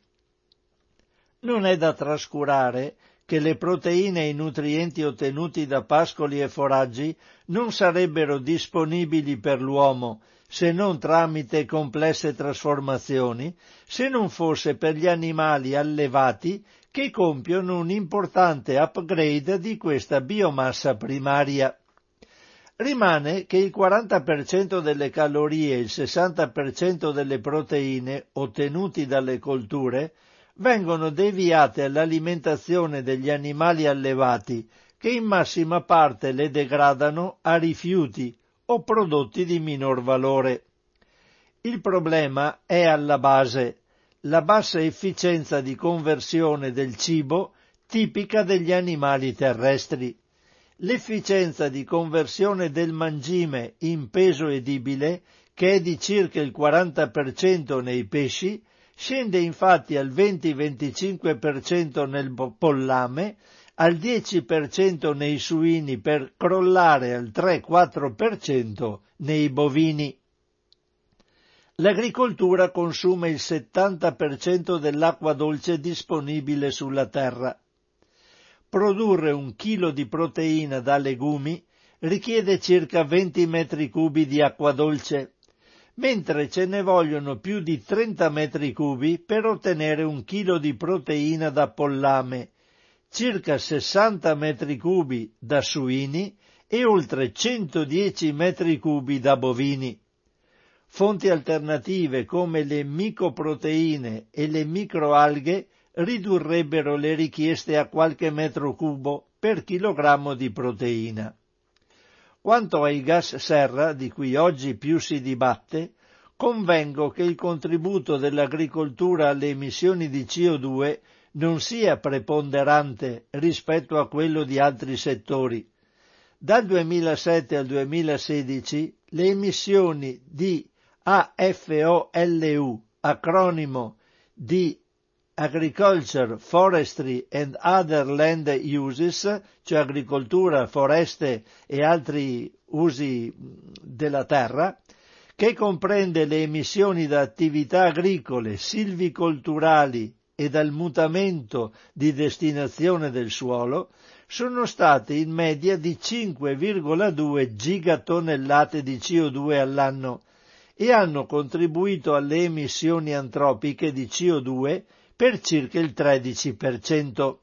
Non è da trascurare che le proteine e i nutrienti ottenuti da pascoli e foraggi non sarebbero disponibili per l'uomo, se non tramite complesse trasformazioni, se non fosse per gli animali allevati che compiono un importante upgrade di questa biomassa primaria. Rimane che il quaranta per cento delle calorie e il sessanta per cento delle proteine ottenuti dalle colture vengono deviate all'alimentazione degli animali allevati, che in massima parte le degradano a rifiuti o prodotti di minor valore. Il problema è alla base, la bassa efficienza di conversione del cibo tipica degli animali terrestri. L'efficienza di conversione del mangime in peso edibile, che è di circa il quaranta per cento nei pesci, scende infatti al venti-venticinque per cento nel pollame, al dieci per cento nei suini per crollare al tre-quattro per cento nei bovini. L'agricoltura consuma il settanta per cento dell'acqua dolce disponibile sulla terra. Produrre un chilo di proteina da legumi richiede circa venti metri cubi di acqua dolce, mentre ce ne vogliono più di trenta metri cubi per ottenere un chilo di proteina da pollame, circa sessanta metri cubi da suini e oltre centodieci metri cubi da bovini. Fonti alternative come le micoproteine e le microalghe ridurrebbero le richieste a qualche metro cubo per chilogrammo di proteina. Quanto ai gas serra, di cui oggi più si dibatte, convengo che il contributo dell'agricoltura alle emissioni di C O due non sia preponderante rispetto a quello di altri settori. Dal duemilasette al duemilasedici le emissioni di A F O L U, acronimo di Agriculture, Forestry and Other Land Uses, cioè agricoltura, foreste e altri usi della terra, che comprende le emissioni da attività agricole, silvicolturali e dal mutamento di destinazione del suolo, sono state in media di cinque virgola due gigatonnellate di C O due all'anno e hanno contribuito alle emissioni antropiche di C O due per circa il tredici per cento.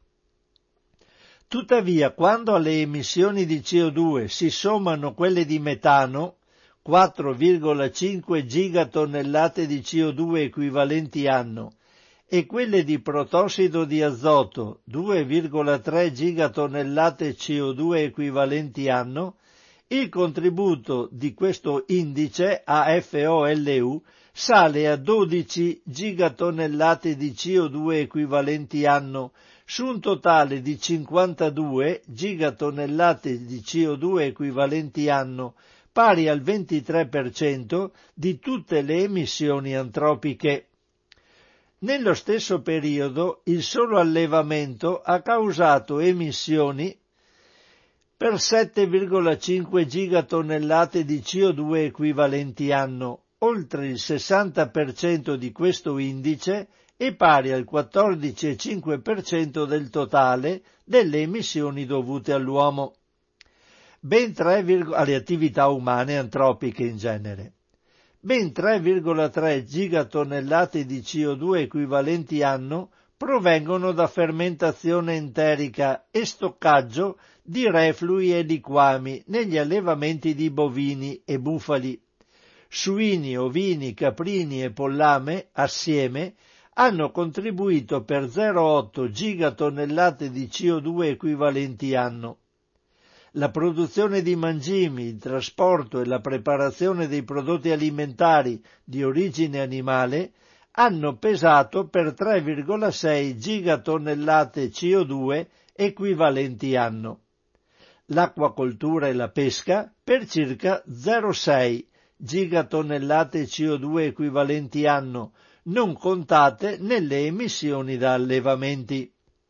Tuttavia, quando alle emissioni di C O due si sommano quelle di metano, quattro virgola cinque gigatonnellate di C O due equivalenti anno, e quelle di protossido di azoto, due virgola tre gigatonnellate C O due equivalenti anno, il contributo di questo indice A F O L U sale a dodici gigatonnellate di C O due equivalenti anno su un totale di cinquantadue gigatonnellate di C O due equivalenti anno, pari al ventitré per cento di tutte le emissioni antropiche. Nello stesso periodo il solo allevamento ha causato emissioni per sette virgola cinque gigatonnellate di C O due equivalenti anno. Oltre il sessanta per cento di questo indice è pari al quattordici virgola cinque per cento del totale delle emissioni dovute all'uomo, ben tre alle attività umane antropiche in genere. Ben tre virgola tre gigatonnellate di C O due equivalenti anno provengono da fermentazione enterica e stoccaggio di reflui e liquami negli allevamenti di bovini e bufali. Suini, ovini, caprini e pollame, assieme, hanno contribuito per zero virgola otto gigatonnellate di C O due equivalenti anno. La produzione di mangimi, il trasporto e la preparazione dei prodotti alimentari di origine animale hanno pesato per tre virgola sei gigatonnellate C O due equivalenti anno. L'acquacoltura e la pesca per circa zero virgola sei gigatonnellate C O due equivalenti anno, non contate nelle emissioni da allevamenti.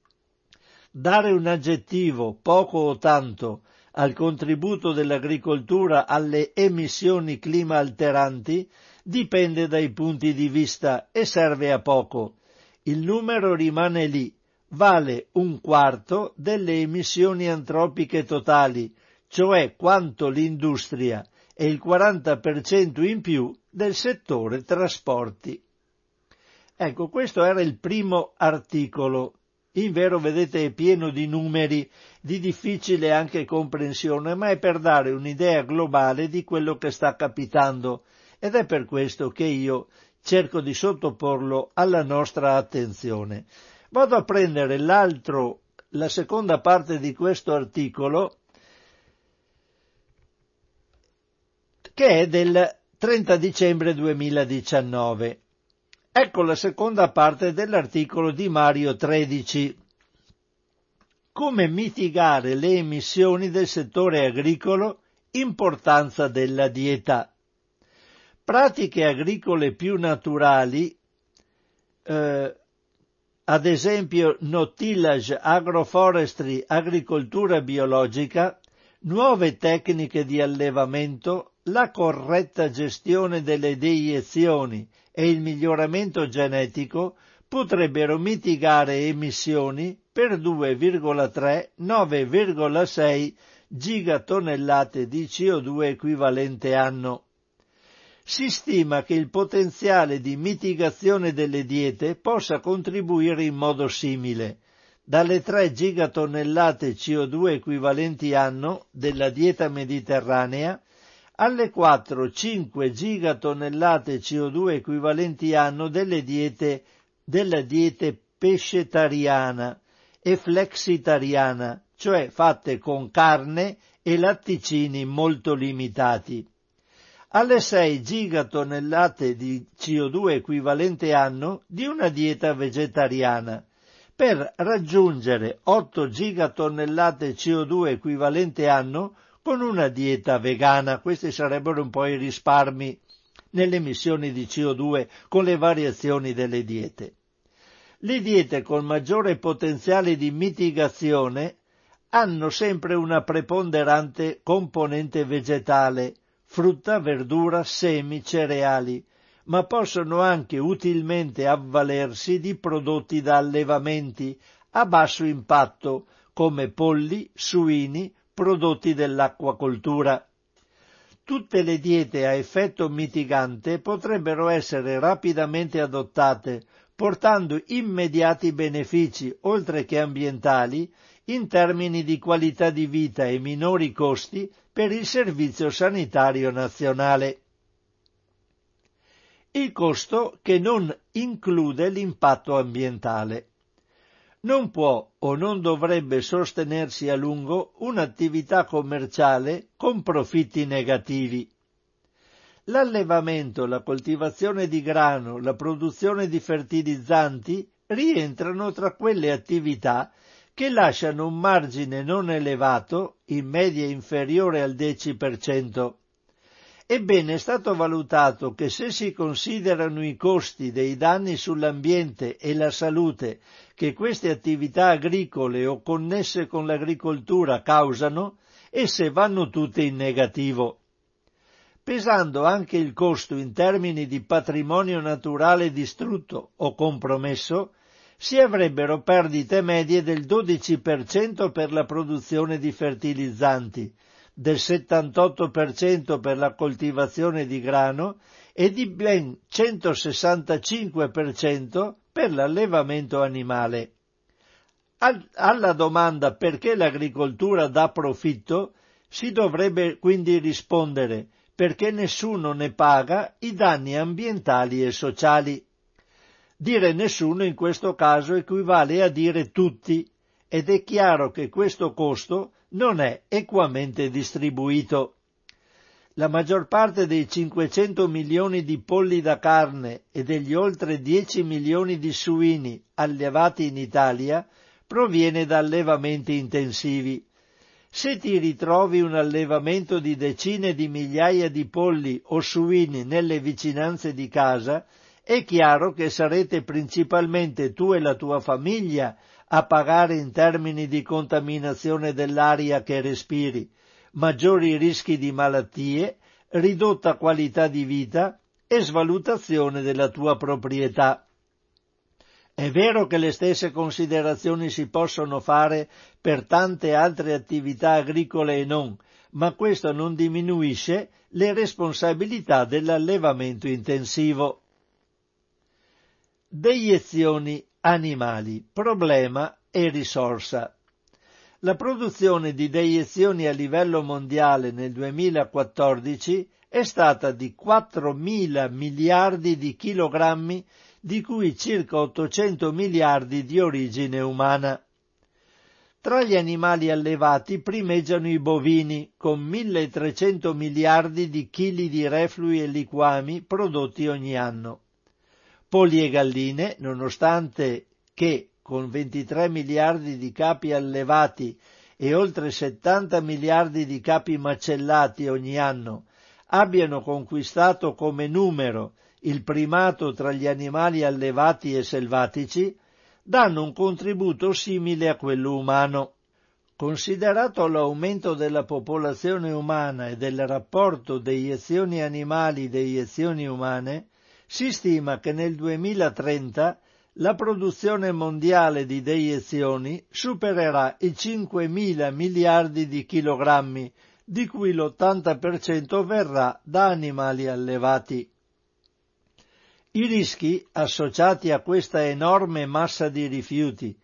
Dare un aggettivo, poco o tanto, al contributo dell'agricoltura alle emissioni clima alteranti dipende dai punti di vista e serve a poco. Il numero rimane lì, vale un quarto delle emissioni antropiche totali, cioè quanto l'industria, e il quaranta per cento in più del settore trasporti. Ecco, questo era il primo articolo. Invero, vedete, è pieno di numeri di difficile anche comprensione, ma è per dare un'idea globale di quello che sta capitando, ed è per questo che io cerco di sottoporlo alla nostra attenzione. Vado a prendere l'altro, la seconda parte di questo articolo, che è del trenta dicembre duemiladiciannove. Ecco la seconda parte dell'articolo di Mario tredici. Come mitigare le emissioni del settore agricolo, importanza della dieta. Pratiche agricole più naturali, eh, ad esempio no-tillage, agroforestry, agricoltura biologica, nuove tecniche di allevamento, la corretta gestione delle deiezioni e il miglioramento genetico potrebbero mitigare emissioni per due virgola tre nove virgola sei gigatonnellate di C O due equivalente anno. Si stima che il potenziale di mitigazione delle diete possa contribuire in modo simile. dalle tre gigatonnellate C O due equivalenti anno della dieta mediterranea alle quattro cinque gigatonnellate C O due equivalenti anno delle diete, della diete pescetariana e flexitariana, cioè fatte con carne e latticini molto limitati. Alle sei gigatonnellate di C O due equivalente anno di una dieta vegetariana, per raggiungere otto gigatonnellate C O due equivalente anno con una dieta vegana. Questi sarebbero un po' i risparmi nelle emissioni di C O due con le variazioni delle diete. Le diete con maggiore potenziale di mitigazione hanno sempre una preponderante componente vegetale, frutta, verdura, semi, cereali, ma possono anche utilmente avvalersi di prodotti da allevamenti a basso impatto, come polli, suini, prodotti dell'acquacoltura. Tutte le diete a effetto mitigante potrebbero essere rapidamente adottate, portando immediati benefici, oltre che ambientali, in termini di qualità di vita e minori costi per il Servizio Sanitario Nazionale. Il costo che non include l'impatto ambientale. Non può o non dovrebbe sostenersi a lungo un'attività commerciale con profitti negativi. L'allevamento, la coltivazione di grano, la produzione di fertilizzanti rientrano tra quelle attività che lasciano un margine non elevato, in media inferiore al dieci per cento. Ebbene, è stato valutato che se si considerano i costi dei danni sull'ambiente e la salute che queste attività agricole o connesse con l'agricoltura causano, esse vanno tutte in negativo. Pesando anche il costo in termini di patrimonio naturale distrutto o compromesso, si avrebbero perdite medie del dodici per cento per la produzione di fertilizzanti, del settantotto per cento per la coltivazione di grano e di ben centosessantacinque per cento per l'allevamento animale. Al, alla domanda perché l'agricoltura dà profitto si dovrebbe quindi rispondere perché nessuno ne paga i danni ambientali e sociali. Dire nessuno in questo caso equivale a dire tutti, ed è chiaro che questo costo non è equamente distribuito. La maggior parte dei cinquecento milioni di polli da carne e degli oltre dieci milioni di suini allevati in Italia proviene da allevamenti intensivi. Se ti ritrovi un allevamento di decine di migliaia di polli o suini nelle vicinanze di casa, è chiaro che sarete principalmente tu e la tua famiglia a pagare in termini di contaminazione dell'aria che respiri, maggiori rischi di malattie, ridotta qualità di vita e svalutazione della tua proprietà. È vero che le stesse considerazioni si possono fare per tante altre attività agricole e non, ma questo non diminuisce le responsabilità dell'allevamento intensivo. Deiezioni animali, problema e risorsa. La produzione di deiezioni a livello mondiale nel duemilaquattordici è stata di quattromila miliardi di chilogrammi, di cui circa ottocento miliardi di origine umana. Tra gli animali allevati primeggiano i bovini, con milletrecento miliardi di chili di reflui e liquami prodotti ogni anno. Polli e galline, nonostante che, con ventitré miliardi di capi allevati e oltre settanta miliardi di capi macellati ogni anno, abbiano conquistato come numero il primato tra gli animali allevati e selvatici, danno un contributo simile a quello umano. Considerato l'aumento della popolazione umana e del rapporto deiezioni animali-deiezioni umane, si stima che nel duemilatrenta la produzione mondiale di deiezioni supererà i cinquemila miliardi di chilogrammi, di cui l'ottanta per cento verrà da animali allevati. I rischi associati a questa enorme massa di rifiuti,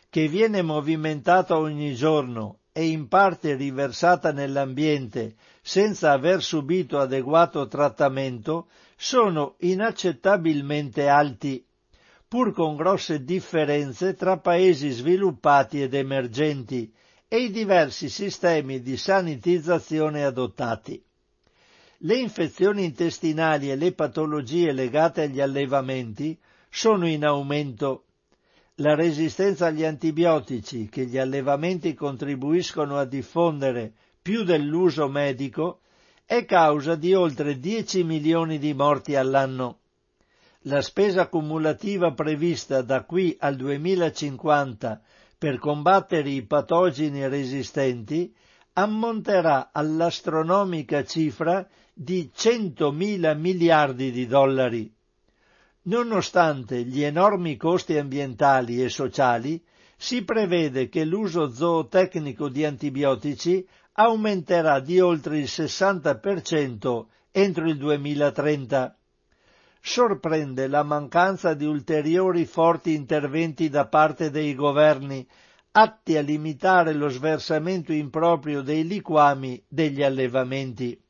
che viene movimentata ogni giorno e in parte riversata nell'ambiente senza aver subito adeguato trattamento, sono inaccettabilmente alti, pur con grosse differenze tra paesi sviluppati ed emergenti e i diversi sistemi di sanitizzazione adottati. Le infezioni intestinali e le patologie legate agli allevamenti sono in aumento. La resistenza agli antibiotici che gli allevamenti contribuiscono a diffondere più dell'uso medico è causa di oltre dieci milioni di morti all'anno. La spesa cumulativa prevista da qui al duemilacinquanta per combattere i patogeni resistenti ammonterà all'astronomica cifra di centomila miliardi di dollari. Nonostante gli enormi costi ambientali e sociali, si prevede che l'uso zootecnico di antibiotici aumenterà di oltre il sessanta per cento entro il duemilatrenta. Sorprende la mancanza di ulteriori forti interventi da parte dei governi atti a limitare lo sversamento improprio dei liquami degli allevamenti.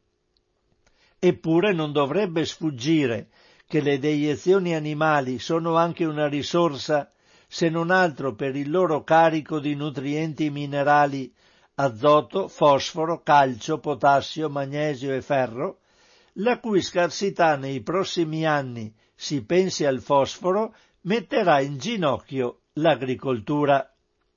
Eppure non dovrebbe sfuggire che le deiezioni animali sono anche una risorsa, se non altro per il loro carico di nutrienti minerali, azoto, fosforo, calcio, potassio, magnesio e ferro, la cui scarsità nei prossimi anni, si pensi al fosforo, metterà in ginocchio l'agricoltura.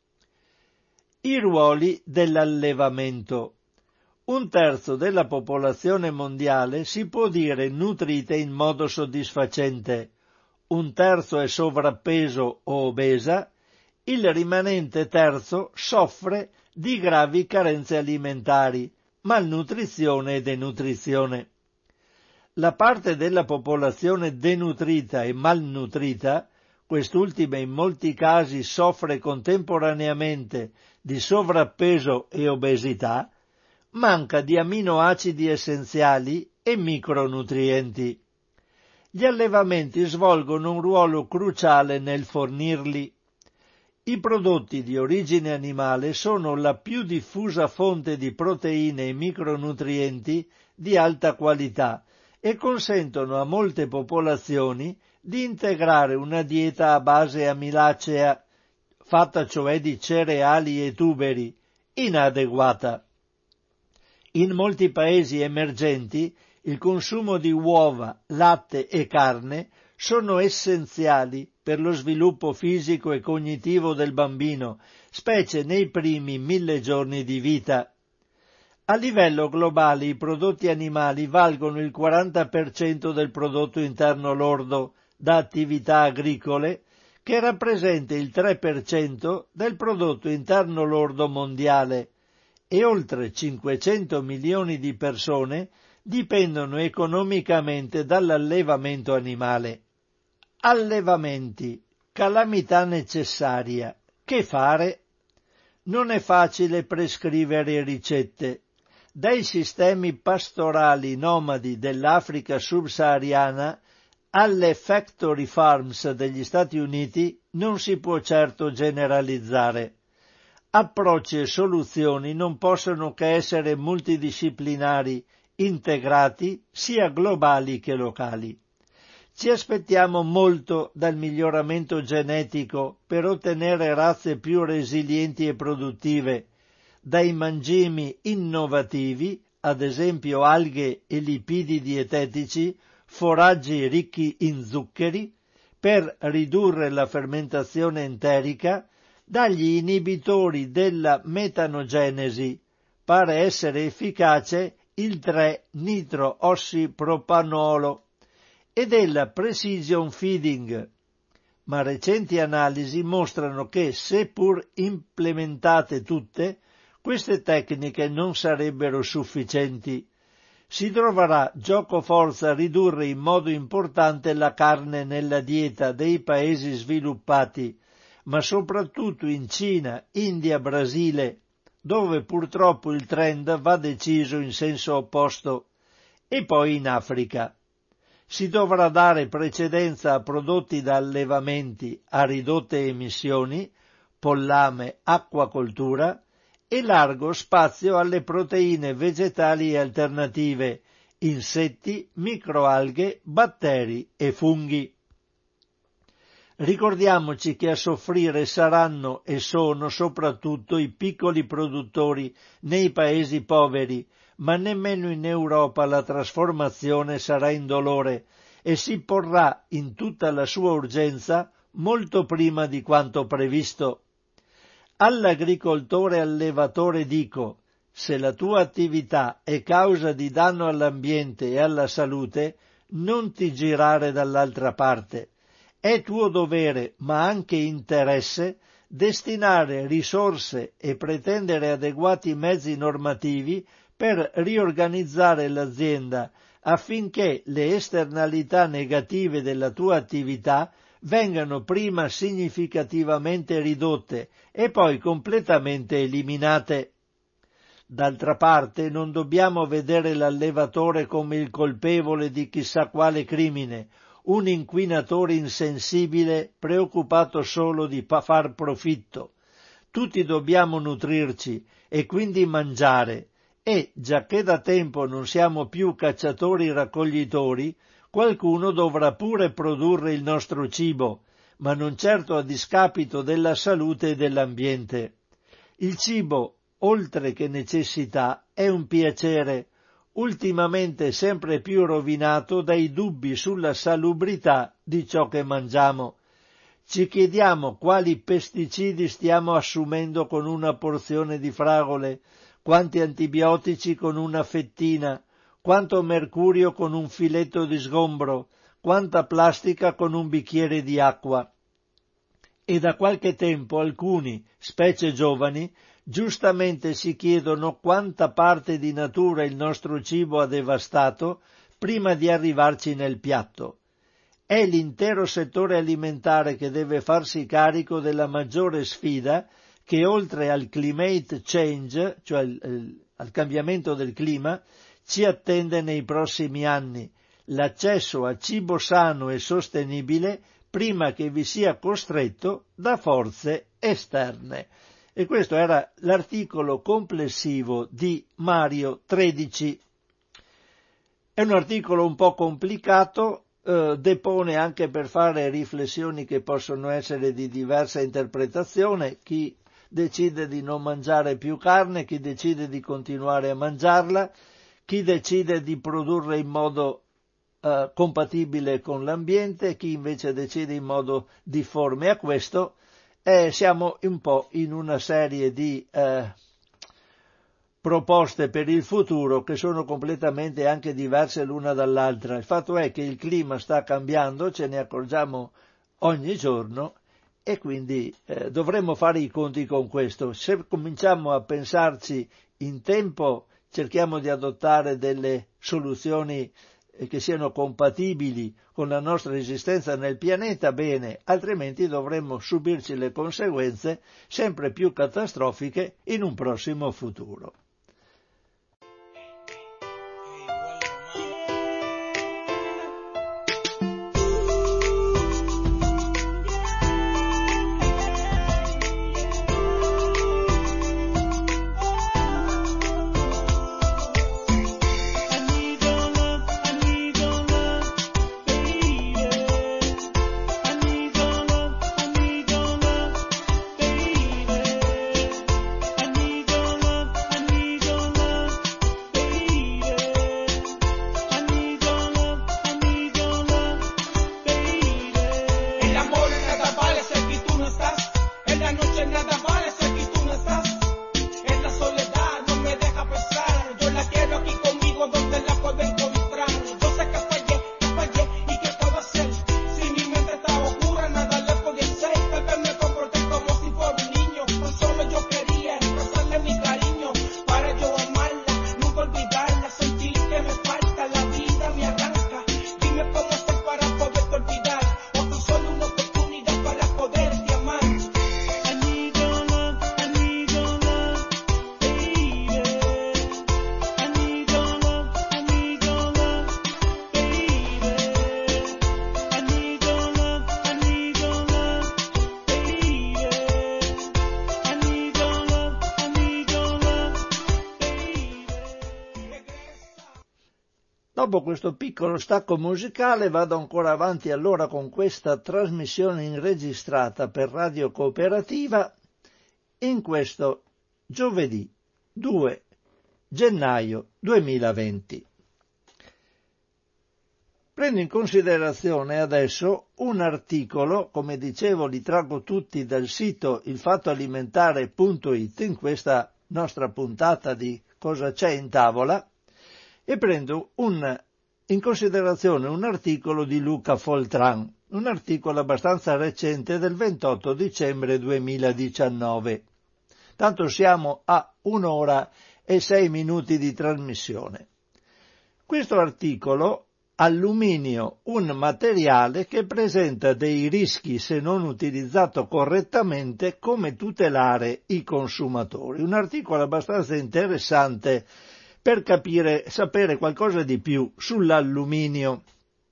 I ruoli dell'allevamento. Un terzo della popolazione mondiale si può dire nutrita in modo soddisfacente, un terzo è sovrappeso o obesa, il rimanente terzo soffre di gravi carenze alimentari, malnutrizione e denutrizione. La parte della popolazione denutrita e malnutrita, quest'ultima in molti casi soffre contemporaneamente di sovrappeso e obesità, manca di aminoacidi essenziali e micronutrienti. Gli allevamenti svolgono un ruolo cruciale nel fornirli. I prodotti di origine animale sono la più diffusa fonte di proteine e micronutrienti di alta qualità e consentono a molte popolazioni di integrare una dieta a base amilacea, fatta cioè di cereali e tuberi, inadeguata. In molti paesi emergenti il consumo di uova, latte e carne sono essenziali per lo sviluppo fisico e cognitivo del bambino, specie nei primi mille giorni di vita. A livello globale i prodotti animali valgono il quaranta per cento del prodotto interno lordo da attività agricole, che rappresenta il tre per cento del prodotto interno lordo mondiale, e oltre cinquecento milioni di persone dipendono economicamente dall'allevamento animale. Allevamenti, calamità necessaria. Che fare? Non è facile prescrivere ricette. Dai sistemi pastorali nomadi dell'Africa subsahariana alle factory farms degli Stati Uniti non si può certo generalizzare. Approcci e soluzioni non possono che essere multidisciplinari, integrati, sia globali che locali. Ci aspettiamo molto dal miglioramento genetico per ottenere razze più resilienti e produttive, dai mangimi innovativi, ad esempio alghe e lipidi dietetici, foraggi ricchi in zuccheri, per ridurre la fermentazione enterica, dagli inibitori della metanogenesi, pare essere efficace il tre nitroossipropanolo, e della precision feeding, ma recenti analisi mostrano che, seppur implementate tutte, queste tecniche non sarebbero sufficienti. Si troverà giocoforza a ridurre in modo importante la carne nella dieta dei paesi sviluppati, ma soprattutto in Cina, India, Brasile, dove purtroppo il trend va deciso in senso opposto, e poi in Africa. Si dovrà dare precedenza a prodotti da allevamenti a ridotte emissioni, pollame, acquacoltura e largo spazio alle proteine vegetali e alternative, insetti, microalghe, batteri e funghi. Ricordiamoci che a soffrire saranno e sono soprattutto i piccoli produttori nei paesi poveri, ma nemmeno in Europa la trasformazione sarà indolore e si porrà in tutta la sua urgenza molto prima di quanto previsto. All'agricoltore allevatore dico: se la tua attività è causa di danno all'ambiente e alla salute, non ti girare dall'altra parte. È tuo dovere, ma anche interesse, destinare risorse e pretendere adeguati mezzi normativi per riorganizzare l'azienda affinché le esternalità negative della tua attività vengano prima significativamente ridotte e poi completamente eliminate. D'altra parte non dobbiamo vedere l'allevatore come il colpevole di chissà quale crimine, un inquinatore insensibile preoccupato solo di far profitto. Tutti dobbiamo nutrirci e quindi mangiare e, giacché da tempo non siamo più cacciatori-raccoglitori, qualcuno dovrà pure produrre il nostro cibo, ma non certo a discapito della salute e dell'ambiente. Il cibo, oltre che necessità, è un piacere, ultimamente sempre più rovinato dai dubbi sulla salubrità di ciò che mangiamo. Ci chiediamo quali pesticidi stiamo assumendo con una porzione di fragole, quanti antibiotici con una fettina, quanto mercurio con un filetto di sgombro, quanta plastica con un bicchiere di acqua. E da qualche tempo alcuni, specie giovani, giustamente si chiedono quanta parte di natura il nostro cibo ha devastato prima di arrivarci nel piatto. È l'intero settore alimentare che deve farsi carico della maggiore sfida che, oltre al climate change, cioè il, il, al cambiamento del clima, ci attende nei prossimi anni: l'accesso a cibo sano e sostenibile prima che vi sia costretto da forze esterne. E questo era l'articolo complessivo di Mario tredici. È un articolo un po' complicato, eh, depone anche per fare riflessioni che possono essere di diversa interpretazione. Chi decide di non mangiare più carne, chi decide di continuare a mangiarla, chi decide di produrre in modo eh, compatibile con l'ambiente, chi invece decide in modo difforme a questo. Eh, siamo un po' in una serie di eh, proposte per il futuro che sono completamente anche diverse l'una dall'altra. Il fatto è che il clima sta cambiando, ce ne accorgiamo ogni giorno e quindi eh, dovremmo fare i conti con questo. Se cominciamo a pensarci in tempo, cerchiamo di adottare delle soluzioni che siano compatibili con la nostra esistenza nel pianeta, bene, altrimenti dovremmo subirci le conseguenze sempre più catastrofiche in un prossimo futuro. I need Dopo questo piccolo stacco musicale vado ancora avanti allora con questa trasmissione inregistrata per Radio Cooperativa in questo giovedì due gennaio duemilaventi. Prendo in considerazione adesso un articolo, come dicevo li traggo tutti dal sito ilfattoalimentare punto it in questa nostra puntata di Cosa c'è in tavola, e prendo un, in considerazione un articolo di Luca Foltran, un articolo abbastanza recente del ventotto dicembre duemiladiciannove. Tanto siamo a un'ora e sei minuti di trasmissione. Questo articolo, alluminio, un materiale che presenta dei rischi se non utilizzato correttamente, come tutelare i consumatori. Un articolo abbastanza interessante per capire, sapere qualcosa di più sull'alluminio.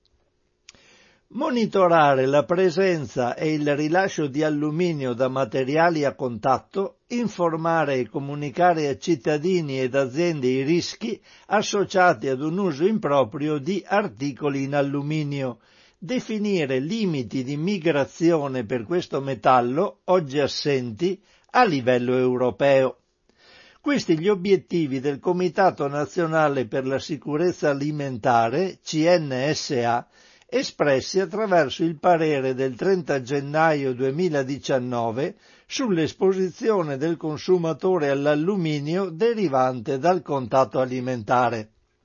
Monitorare la presenza e il rilascio di alluminio da materiali a contatto, informare e comunicare a cittadini ed aziende i rischi associati ad un uso improprio di articoli in alluminio, definire limiti di migrazione per questo metallo, oggi assenti, a livello europeo. Questi gli obiettivi del Comitato Nazionale per la Sicurezza Alimentare, C N S A, espressi attraverso il parere del trenta gennaio duemiladiciannove sull'esposizione del consumatore all'alluminio derivante dal contatto alimentare.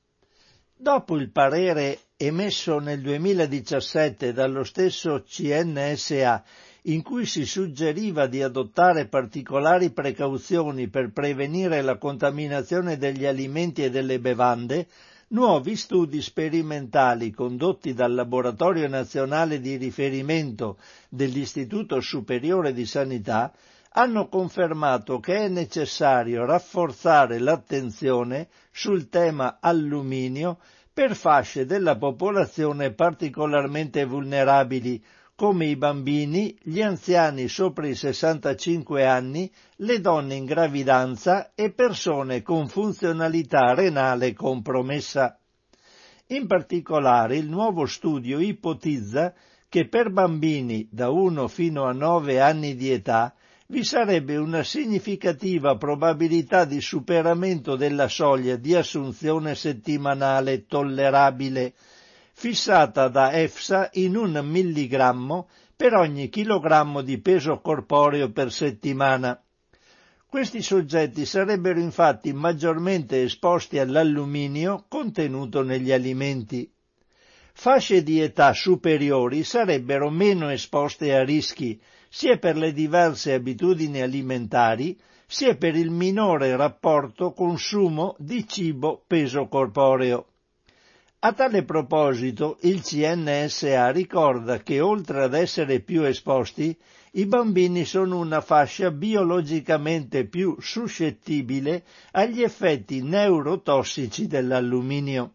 Dopo il parere emesso nel duemiladiciassette dallo stesso C N S A, in cui si suggeriva di adottare particolari precauzioni per prevenire la contaminazione degli alimenti e delle bevande, nuovi studi sperimentali condotti dal Laboratorio Nazionale di Riferimento dell'Istituto Superiore di Sanità hanno confermato che è necessario rafforzare l'attenzione sul tema alluminio per fasce della popolazione particolarmente vulnerabili, come i bambini, gli anziani sopra i sessantacinque anni, le donne in gravidanza e persone con funzionalità renale compromessa. In particolare, il nuovo studio ipotizza che per bambini da uno fino a nove anni di età vi sarebbe una significativa probabilità di superamento della soglia di assunzione settimanale tollerabile, fissata da EFSA in un milligrammo per ogni chilogrammo di peso corporeo per settimana. Questi soggetti sarebbero infatti maggiormente esposti all'alluminio contenuto negli alimenti. Fasce di età superiori sarebbero meno esposte a rischi, sia per le diverse abitudini alimentari, sia per il minore rapporto consumo di cibo peso corporeo. A tale proposito, il C N S A ricorda che oltre ad essere più esposti, i bambini sono una fascia biologicamente più suscettibile agli effetti neurotossici dell'alluminio.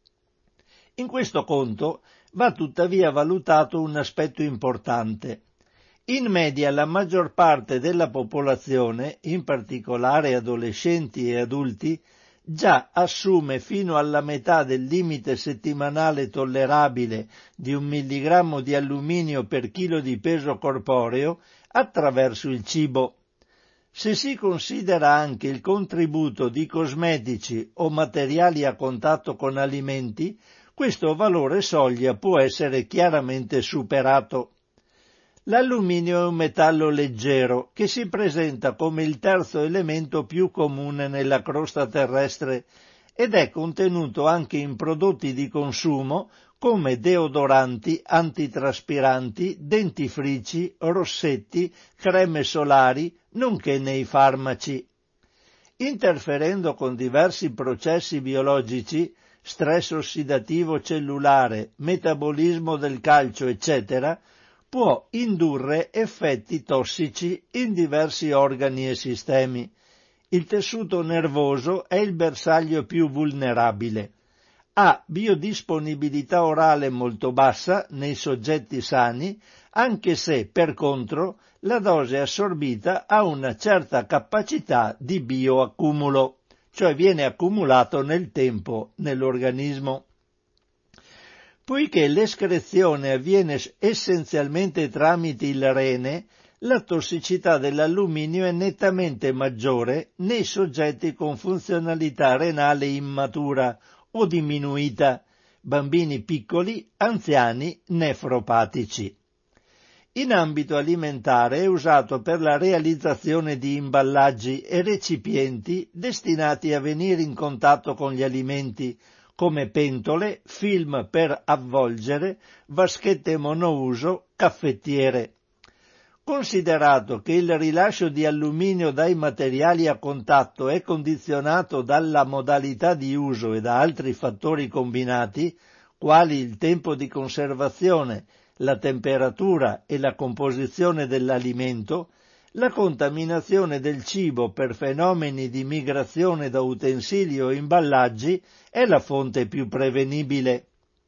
In questo conto va tuttavia valutato un aspetto importante. In media la maggior parte della popolazione, in particolare adolescenti e adulti, già assume fino alla metà del limite settimanale tollerabile di un milligrammo di alluminio per chilo di peso corporeo attraverso il cibo. Se si considera anche il contributo di cosmetici o materiali a contatto con alimenti, questo valore soglia può essere chiaramente superato. L'alluminio è un metallo leggero che si presenta come il terzo elemento più comune nella crosta terrestre ed è contenuto anche in prodotti di consumo come deodoranti, antitraspiranti, dentifrici, rossetti, creme solari, nonché nei farmaci. Interferendo con diversi processi biologici, stress ossidativo cellulare, metabolismo del calcio, eccetera, può indurre effetti tossici in diversi organi e sistemi. Il tessuto nervoso è il bersaglio più vulnerabile. Ha biodisponibilità orale molto bassa nei soggetti sani, anche se, per contro, la dose assorbita ha una certa capacità di bioaccumulo, cioè viene accumulato nel tempo nell'organismo. Poiché l'escrezione avviene essenzialmente tramite il rene, la tossicità dell'alluminio è nettamente maggiore nei soggetti con funzionalità renale immatura o diminuita, bambini piccoli, anziani, nefropatici. In ambito alimentare è usato per la realizzazione di imballaggi e recipienti destinati a venire in contatto con gli alimenti, come pentole, film per avvolgere, vaschette monouso, caffettiere. Considerato che il rilascio di alluminio dai materiali a contatto è condizionato dalla modalità di uso e da altri fattori combinati, quali il tempo di conservazione, la temperatura e la composizione dell'alimento, la contaminazione del cibo per fenomeni di migrazione da utensili o imballaggi è la fonte più prevenibile.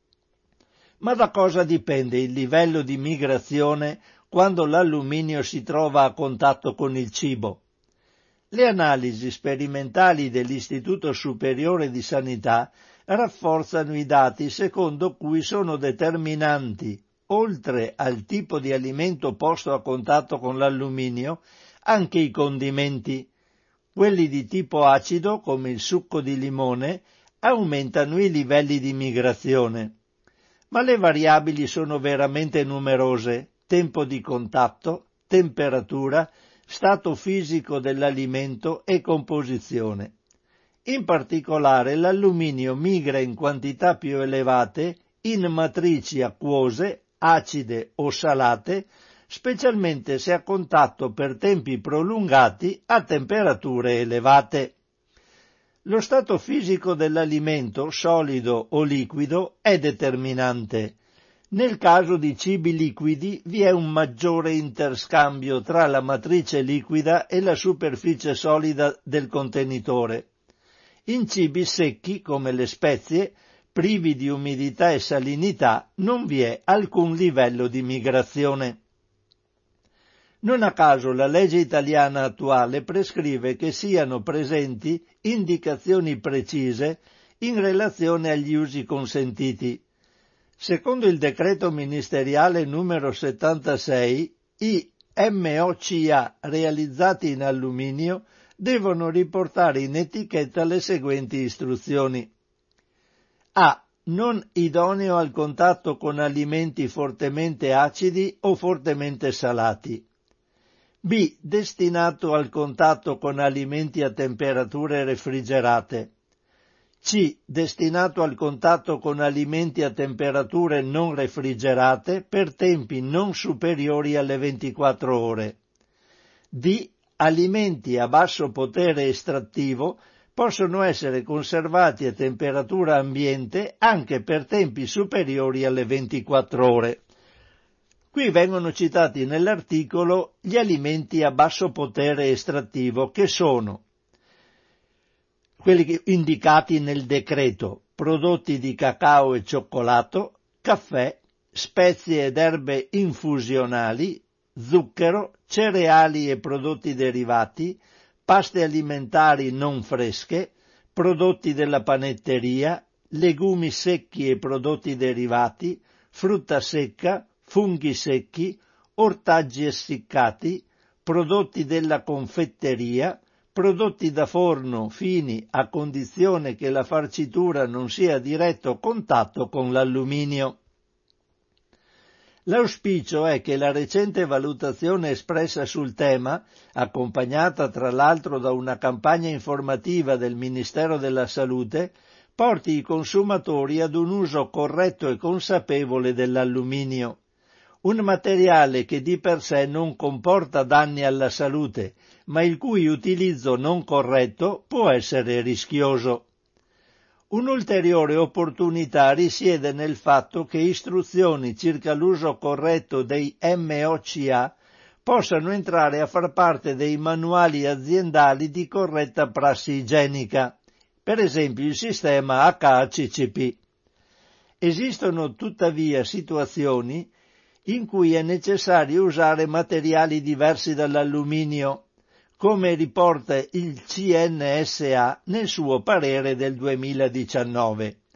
Ma da cosa dipende il livello di migrazione quando l'alluminio si trova a contatto con il cibo? Le analisi sperimentali dell'Istituto Superiore di Sanità rafforzano i dati secondo cui sono determinanti, oltre al tipo di alimento posto a contatto con l'alluminio, anche i condimenti. Quelli di tipo acido, come il succo di limone, aumentano i livelli di migrazione. Ma le variabili sono veramente numerose: tempo di contatto, temperatura, stato fisico dell'alimento e composizione. In particolare l'alluminio migra in quantità più elevate in matrici acquose, acide o salate, specialmente se a contatto per tempi prolungati a temperature elevate. Lo stato fisico dell'alimento, solido o liquido, è determinante. Nel caso di cibi liquidi vi è un maggiore interscambio tra la matrice liquida e la superficie solida del contenitore. In cibi secchi, come le spezie, privi di umidità e salinità, non vi è alcun livello di migrazione. Non a caso la legge italiana attuale prescrive che siano presenti indicazioni precise in relazione agli usi consentiti. Secondo il decreto ministeriale numero settantasei, i M O C A realizzati in alluminio devono riportare in etichetta le seguenti istruzioni. A. Non idoneo al contatto con alimenti fortemente acidi o fortemente salati. B. Destinato al contatto con alimenti a temperature refrigerate. C. Destinato al contatto con alimenti a temperature non refrigerate per tempi non superiori alle ventiquattro ore. D. Alimenti a basso potere estrattivo possono essere conservati a temperatura ambiente anche per tempi superiori alle ventiquattro ore. Qui vengono citati nell'articolo gli alimenti a basso potere estrattivo, che sono quelli indicati nel decreto: prodotti di cacao e cioccolato, caffè, spezie ed erbe infusionali, zucchero, cereali e prodotti derivati, paste alimentari non fresche, prodotti della panetteria, legumi secchi e prodotti derivati, frutta secca, funghi secchi, ortaggi essiccati, prodotti della confetteria, prodotti da forno fini a condizione che la farcitura non sia a diretto contatto con l'alluminio. L'auspicio è che la recente valutazione espressa sul tema, accompagnata tra l'altro da una campagna informativa del Ministero della Salute, porti i consumatori ad un uso corretto e consapevole dell'alluminio. Un materiale che di per sé non comporta danni alla salute, ma il cui utilizzo non corretto può essere rischioso. Un'ulteriore opportunità risiede nel fatto che istruzioni circa l'uso corretto dei M O C A possano entrare a far parte dei manuali aziendali di corretta prassi igienica, per esempio il sistema H A C C P. Esistono tuttavia situazioni in cui è necessario usare materiali diversi dall'alluminio, come riporta il C N S A nel suo parere del duemiladiciannove,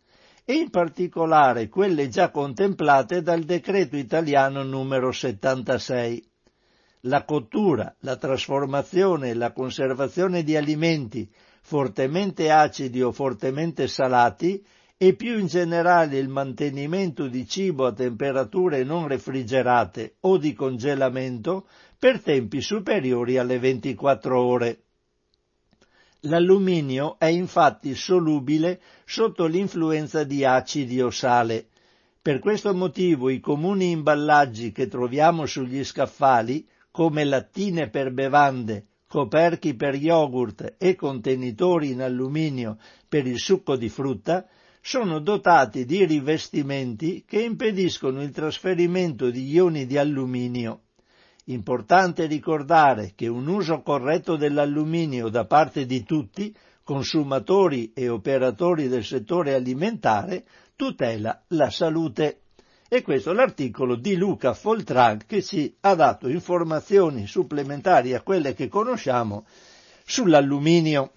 e in particolare quelle già contemplate dal decreto italiano numero settantasei. La cottura, la trasformazione e la conservazione di alimenti fortemente acidi o fortemente salati e più in generale il mantenimento di cibo a temperature non refrigerate o di congelamento per tempi superiori alle ventiquattro ore. L'alluminio è infatti solubile sotto l'influenza di acidi o sale. Per questo motivo i comuni imballaggi che troviamo sugli scaffali, come lattine per bevande, coperchi per yogurt e contenitori in alluminio per il succo di frutta, sono dotati di rivestimenti che impediscono il trasferimento di ioni di alluminio. Importante ricordare che un uso corretto dell'alluminio da parte di tutti, consumatori e operatori del settore alimentare, tutela la salute. E questo è l'articolo di Luca Foltrag che ci ha dato informazioni supplementari a quelle che conosciamo sull'alluminio.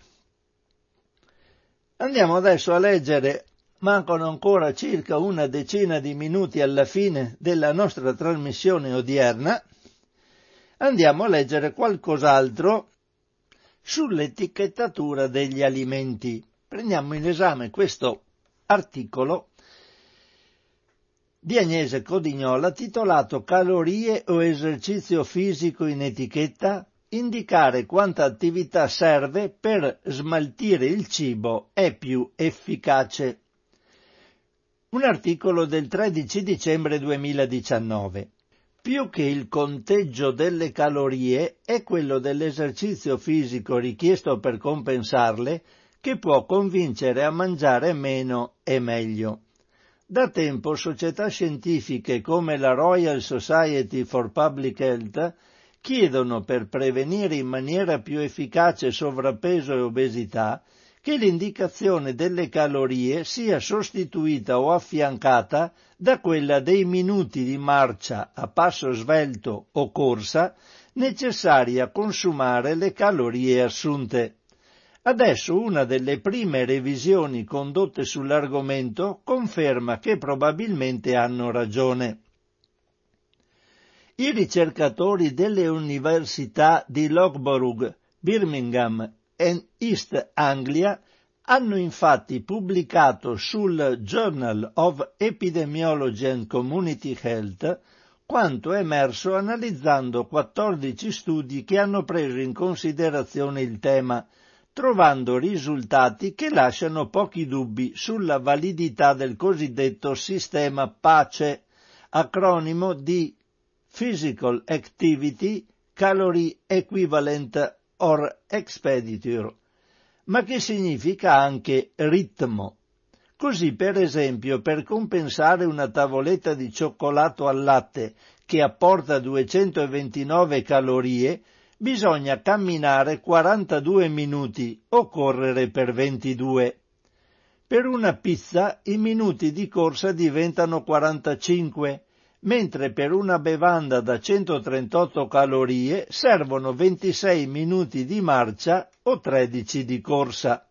Andiamo adesso a leggere, mancano ancora circa una decina di minuti alla fine della nostra trasmissione odierna, andiamo a leggere qualcos'altro sull'etichettatura degli alimenti. Prendiamo in esame questo articolo di Agnese Codignola titolato Calorie o esercizio fisico in etichetta? Indicare quanta attività serve per smaltire il cibo è più efficace. Un articolo del tredici dicembre duemiladiciannove. Più che il conteggio delle calorie è quello dell'esercizio fisico richiesto per compensarle che può convincere a mangiare meno e meglio. Da tempo società scientifiche come la Royal Society for Public Health chiedono per prevenire in maniera più efficace sovrappeso e obesità che l'indicazione delle calorie sia sostituita o affiancata da quella dei minuti di marcia a passo svelto o corsa necessari a consumare le calorie assunte. Adesso una delle prime revisioni condotte sull'argomento conferma che probabilmente hanno ragione. I ricercatori delle università di Loughborough, Birmingham e East Anglia hanno infatti pubblicato sul Journal of Epidemiology and Community Health quanto emerso analizzando quattordici studi che hanno preso in considerazione il tema, trovando risultati che lasciano pochi dubbi sulla validità del cosiddetto sistema PACE, acronimo di Physical Activity, Calorie Equivalent or Expenditure, ma che significa anche ritmo. Così, per esempio, per compensare una tavoletta di cioccolato al latte che apporta duecentoventinove calorie, bisogna camminare quarantadue minuti o correre per ventidue. Per una pizza i minuti di corsa diventano quarantacinque, mentre per una bevanda da centotrentotto calorie servono ventisei minuti di marcia o tredici di corsa.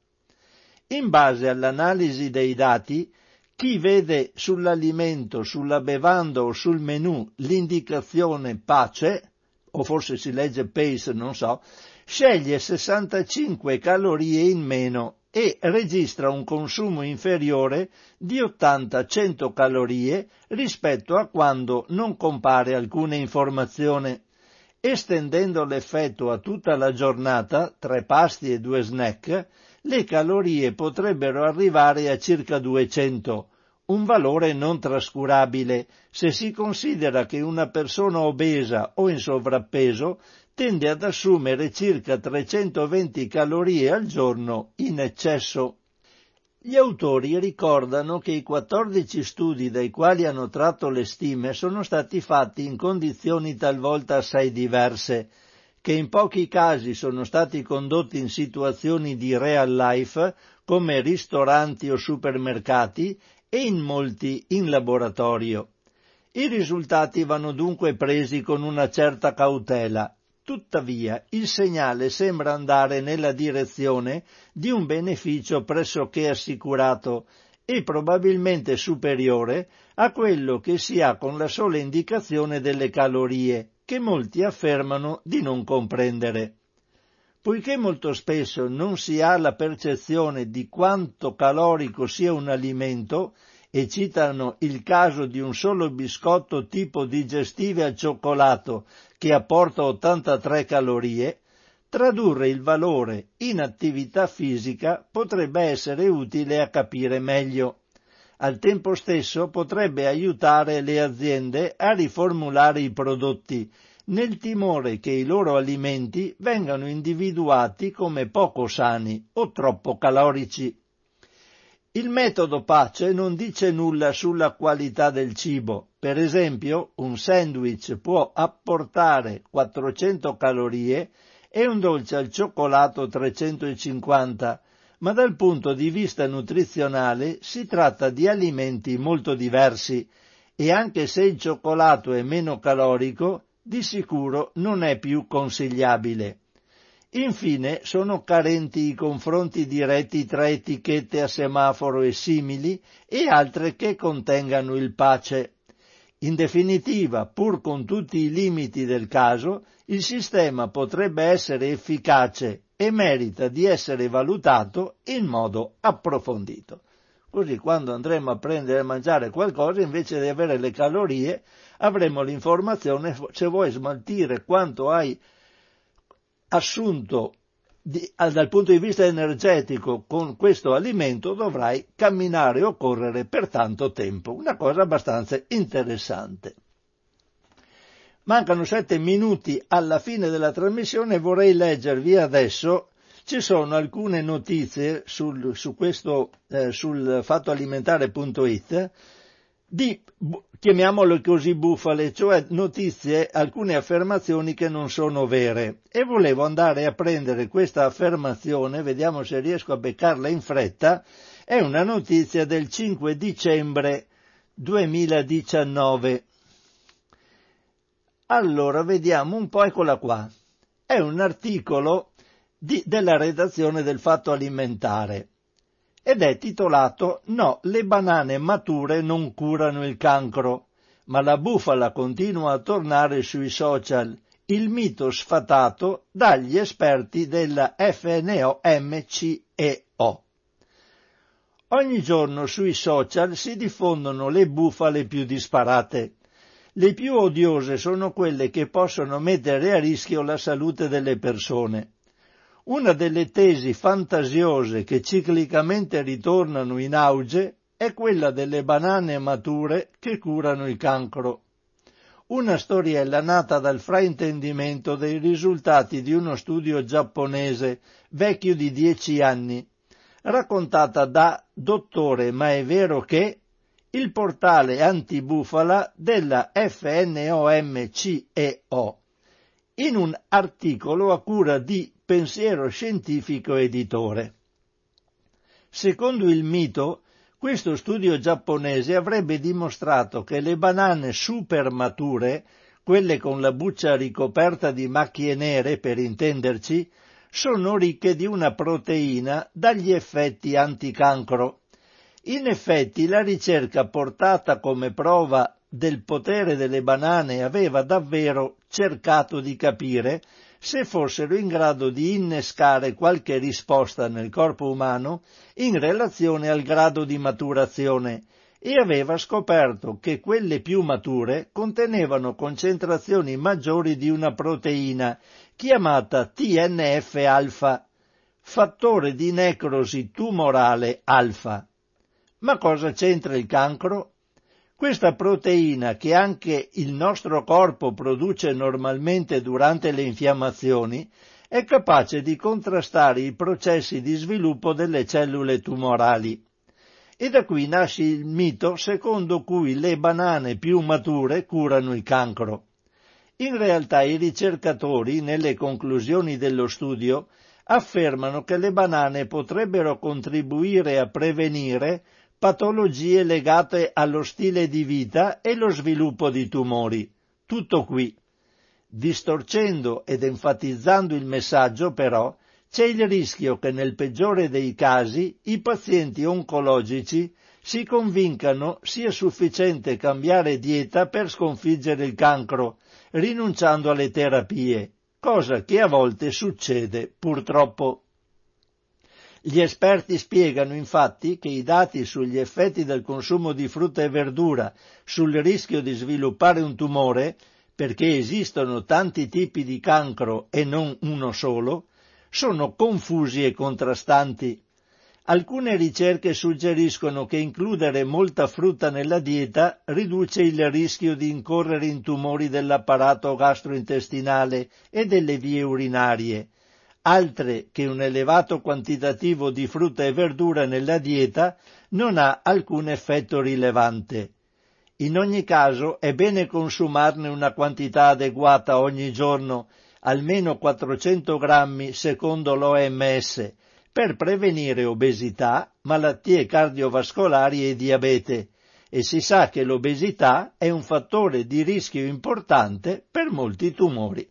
In base all'analisi dei dati, chi vede sull'alimento, sulla bevanda o sul menù l'indicazione PACE, o forse si legge PACE, non so, sceglie sessantacinque calorie in meno e registra un consumo inferiore di ottanta cento calorie rispetto a quando non compare alcuna informazione. Estendendo l'effetto a tutta la giornata, tre pasti e due snack, le calorie potrebbero arrivare a circa duecento, un valore non trascurabile se si considera che una persona obesa o in sovrappeso tende ad assumere circa trecentoventi calorie al giorno in eccesso. Gli autori ricordano che i quattordici studi dai quali hanno tratto le stime sono stati fatti in condizioni talvolta assai diverse, che in pochi casi sono stati condotti in situazioni di real life, come ristoranti o supermercati, e in molti in laboratorio. I risultati vanno dunque presi con una certa cautela. Tuttavia, il segnale sembra andare nella direzione di un beneficio pressoché assicurato e probabilmente superiore a quello che si ha con la sola indicazione delle calorie, che molti affermano di non comprendere. Poiché molto spesso non si ha la percezione di quanto calorico sia un alimento, e citano il caso di un solo biscotto tipo digestive al cioccolato che apporta ottantatré calorie, tradurre il valore in attività fisica potrebbe essere utile a capire meglio. Al tempo stesso potrebbe aiutare le aziende a riformulare i prodotti, nel timore che i loro alimenti vengano individuati come poco sani o troppo calorici. Il metodo Pace non dice nulla sulla qualità del cibo. Per esempio, un sandwich può apportare quattrocento calorie e un dolce al cioccolato trecentocinquanta, ma dal punto di vista nutrizionale si tratta di alimenti molto diversi e anche se il cioccolato è meno calorico, di sicuro non è più consigliabile. Infine, sono carenti i confronti diretti tra etichette a semaforo e simili e altre che contengano il Pace. In definitiva, pur con tutti i limiti del caso, il sistema potrebbe essere efficace e merita di essere valutato in modo approfondito. Così quando andremo a prendere e mangiare qualcosa, invece di avere le calorie, avremo l'informazione se vuoi smaltire quanto hai assunto di, dal punto di vista energetico con questo alimento, dovrai camminare o correre per tanto tempo. Una cosa abbastanza interessante. Mancano sette minuti alla fine della trasmissione e vorrei leggervi adesso. Ci sono alcune notizie sul, su questo, eh, sul fattoalimentare punto it di, chiamiamolo così, bufale, cioè notizie, alcune affermazioni che non sono vere. E volevo andare a prendere questa affermazione, vediamo se riesco a beccarla in fretta. È una notizia del cinque dicembre duemiladiciannove. Allora, vediamo un po', eccola qua. È un articolo Di, della redazione del Fatto Alimentare ed è titolato «No, le banane mature non curano il cancro, ma la bufala continua a tornare sui social, il mito sfatato dagli esperti della F N O M C E O». Ogni giorno sui social si diffondono le bufale più disparate. Le più odiose sono quelle che possono mettere a rischio la salute delle persone. Una delle tesi fantasiose che ciclicamente ritornano in auge è quella delle banane mature che curano il cancro. Una storiella nata dal fraintendimento dei risultati di uno studio giapponese vecchio di dieci anni, raccontata da Dottore Ma è vero che, il portale antibufala della F N O M C E O, in un articolo a cura di Pensiero Scientifico Editore. Secondo il mito, questo studio giapponese avrebbe dimostrato che le banane super mature, quelle con la buccia ricoperta di macchie nere per intenderci, sono ricche di una proteina dagli effetti anticancro. In effetti la ricerca portata come prova del potere delle banane aveva davvero cercato di capire se fossero in grado di innescare qualche risposta nel corpo umano in relazione al grado di maturazione e aveva scoperto che quelle più mature contenevano concentrazioni maggiori di una proteina chiamata T N F alfa, fattore di necrosi tumorale alfa. Ma cosa c'entra il cancro? Questa proteina, che anche il nostro corpo produce normalmente durante le infiammazioni, è capace di contrastare i processi di sviluppo delle cellule tumorali. E da qui nasce il mito secondo cui le banane più mature curano il cancro. In realtà i ricercatori, nelle conclusioni dello studio, affermano che le banane potrebbero contribuire a prevenire patologie legate allo stile di vita e lo sviluppo di tumori. Tutto qui. Distorcendo ed enfatizzando il messaggio, però, c'è il rischio che nel peggiore dei casi i pazienti oncologici si convincano sia sufficiente cambiare dieta per sconfiggere il cancro, rinunciando alle terapie, cosa che a volte succede purtroppo. Gli esperti spiegano infatti che i dati sugli effetti del consumo di frutta e verdura sul rischio di sviluppare un tumore, perché esistono tanti tipi di cancro e non uno solo, sono confusi e contrastanti. Alcune ricerche suggeriscono che includere molta frutta nella dieta riduce il rischio di incorrere in tumori dell'apparato gastrointestinale e delle vie urinarie, altre che un elevato quantitativo di frutta e verdura nella dieta non ha alcun effetto rilevante. In ogni caso è bene consumarne una quantità adeguata ogni giorno, almeno quattrocento grammi secondo l'O M S, per prevenire obesità, malattie cardiovascolari e diabete, e si sa che l'obesità è un fattore di rischio importante per molti tumori.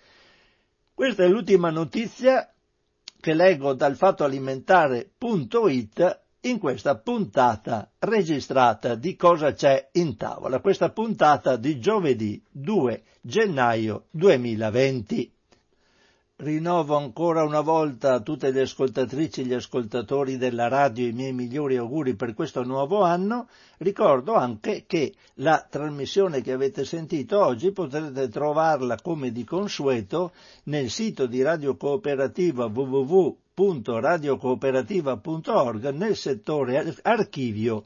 Questa è l'ultima notizia che leggo dal fattoalimentare punto it in questa puntata registrata di Cosa c'è in tavola, questa puntata di giovedì due gennaio duemilaventi. Rinnovo ancora una volta a tutte le ascoltatrici e gli ascoltatori della radio i miei migliori auguri per questo nuovo anno. Ricordo anche che la trasmissione che avete sentito oggi potrete trovarla come di consueto nel sito di Radio Cooperativa w w w punto radio cooperativa punto org nel settore archivio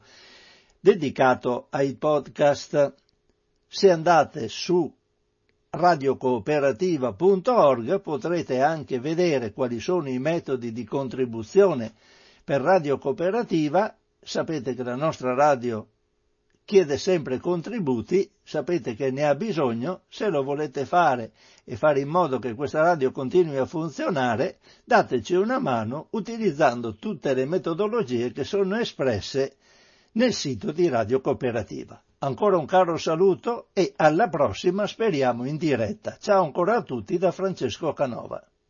dedicato ai podcast. Se andate su radio cooperativa punto org potrete anche vedere quali sono i metodi di contribuzione per Radio Cooperativa. Sapete che la nostra radio chiede sempre contributi, sapete che ne ha bisogno. Se lo volete fare e fare in modo che questa radio continui a funzionare, dateci una mano utilizzando tutte le metodologie che sono espresse nel sito di Radio Cooperativa. Ancora un caro saluto e alla prossima, speriamo in diretta. Ciao ancora a tutti da Francesco Canova.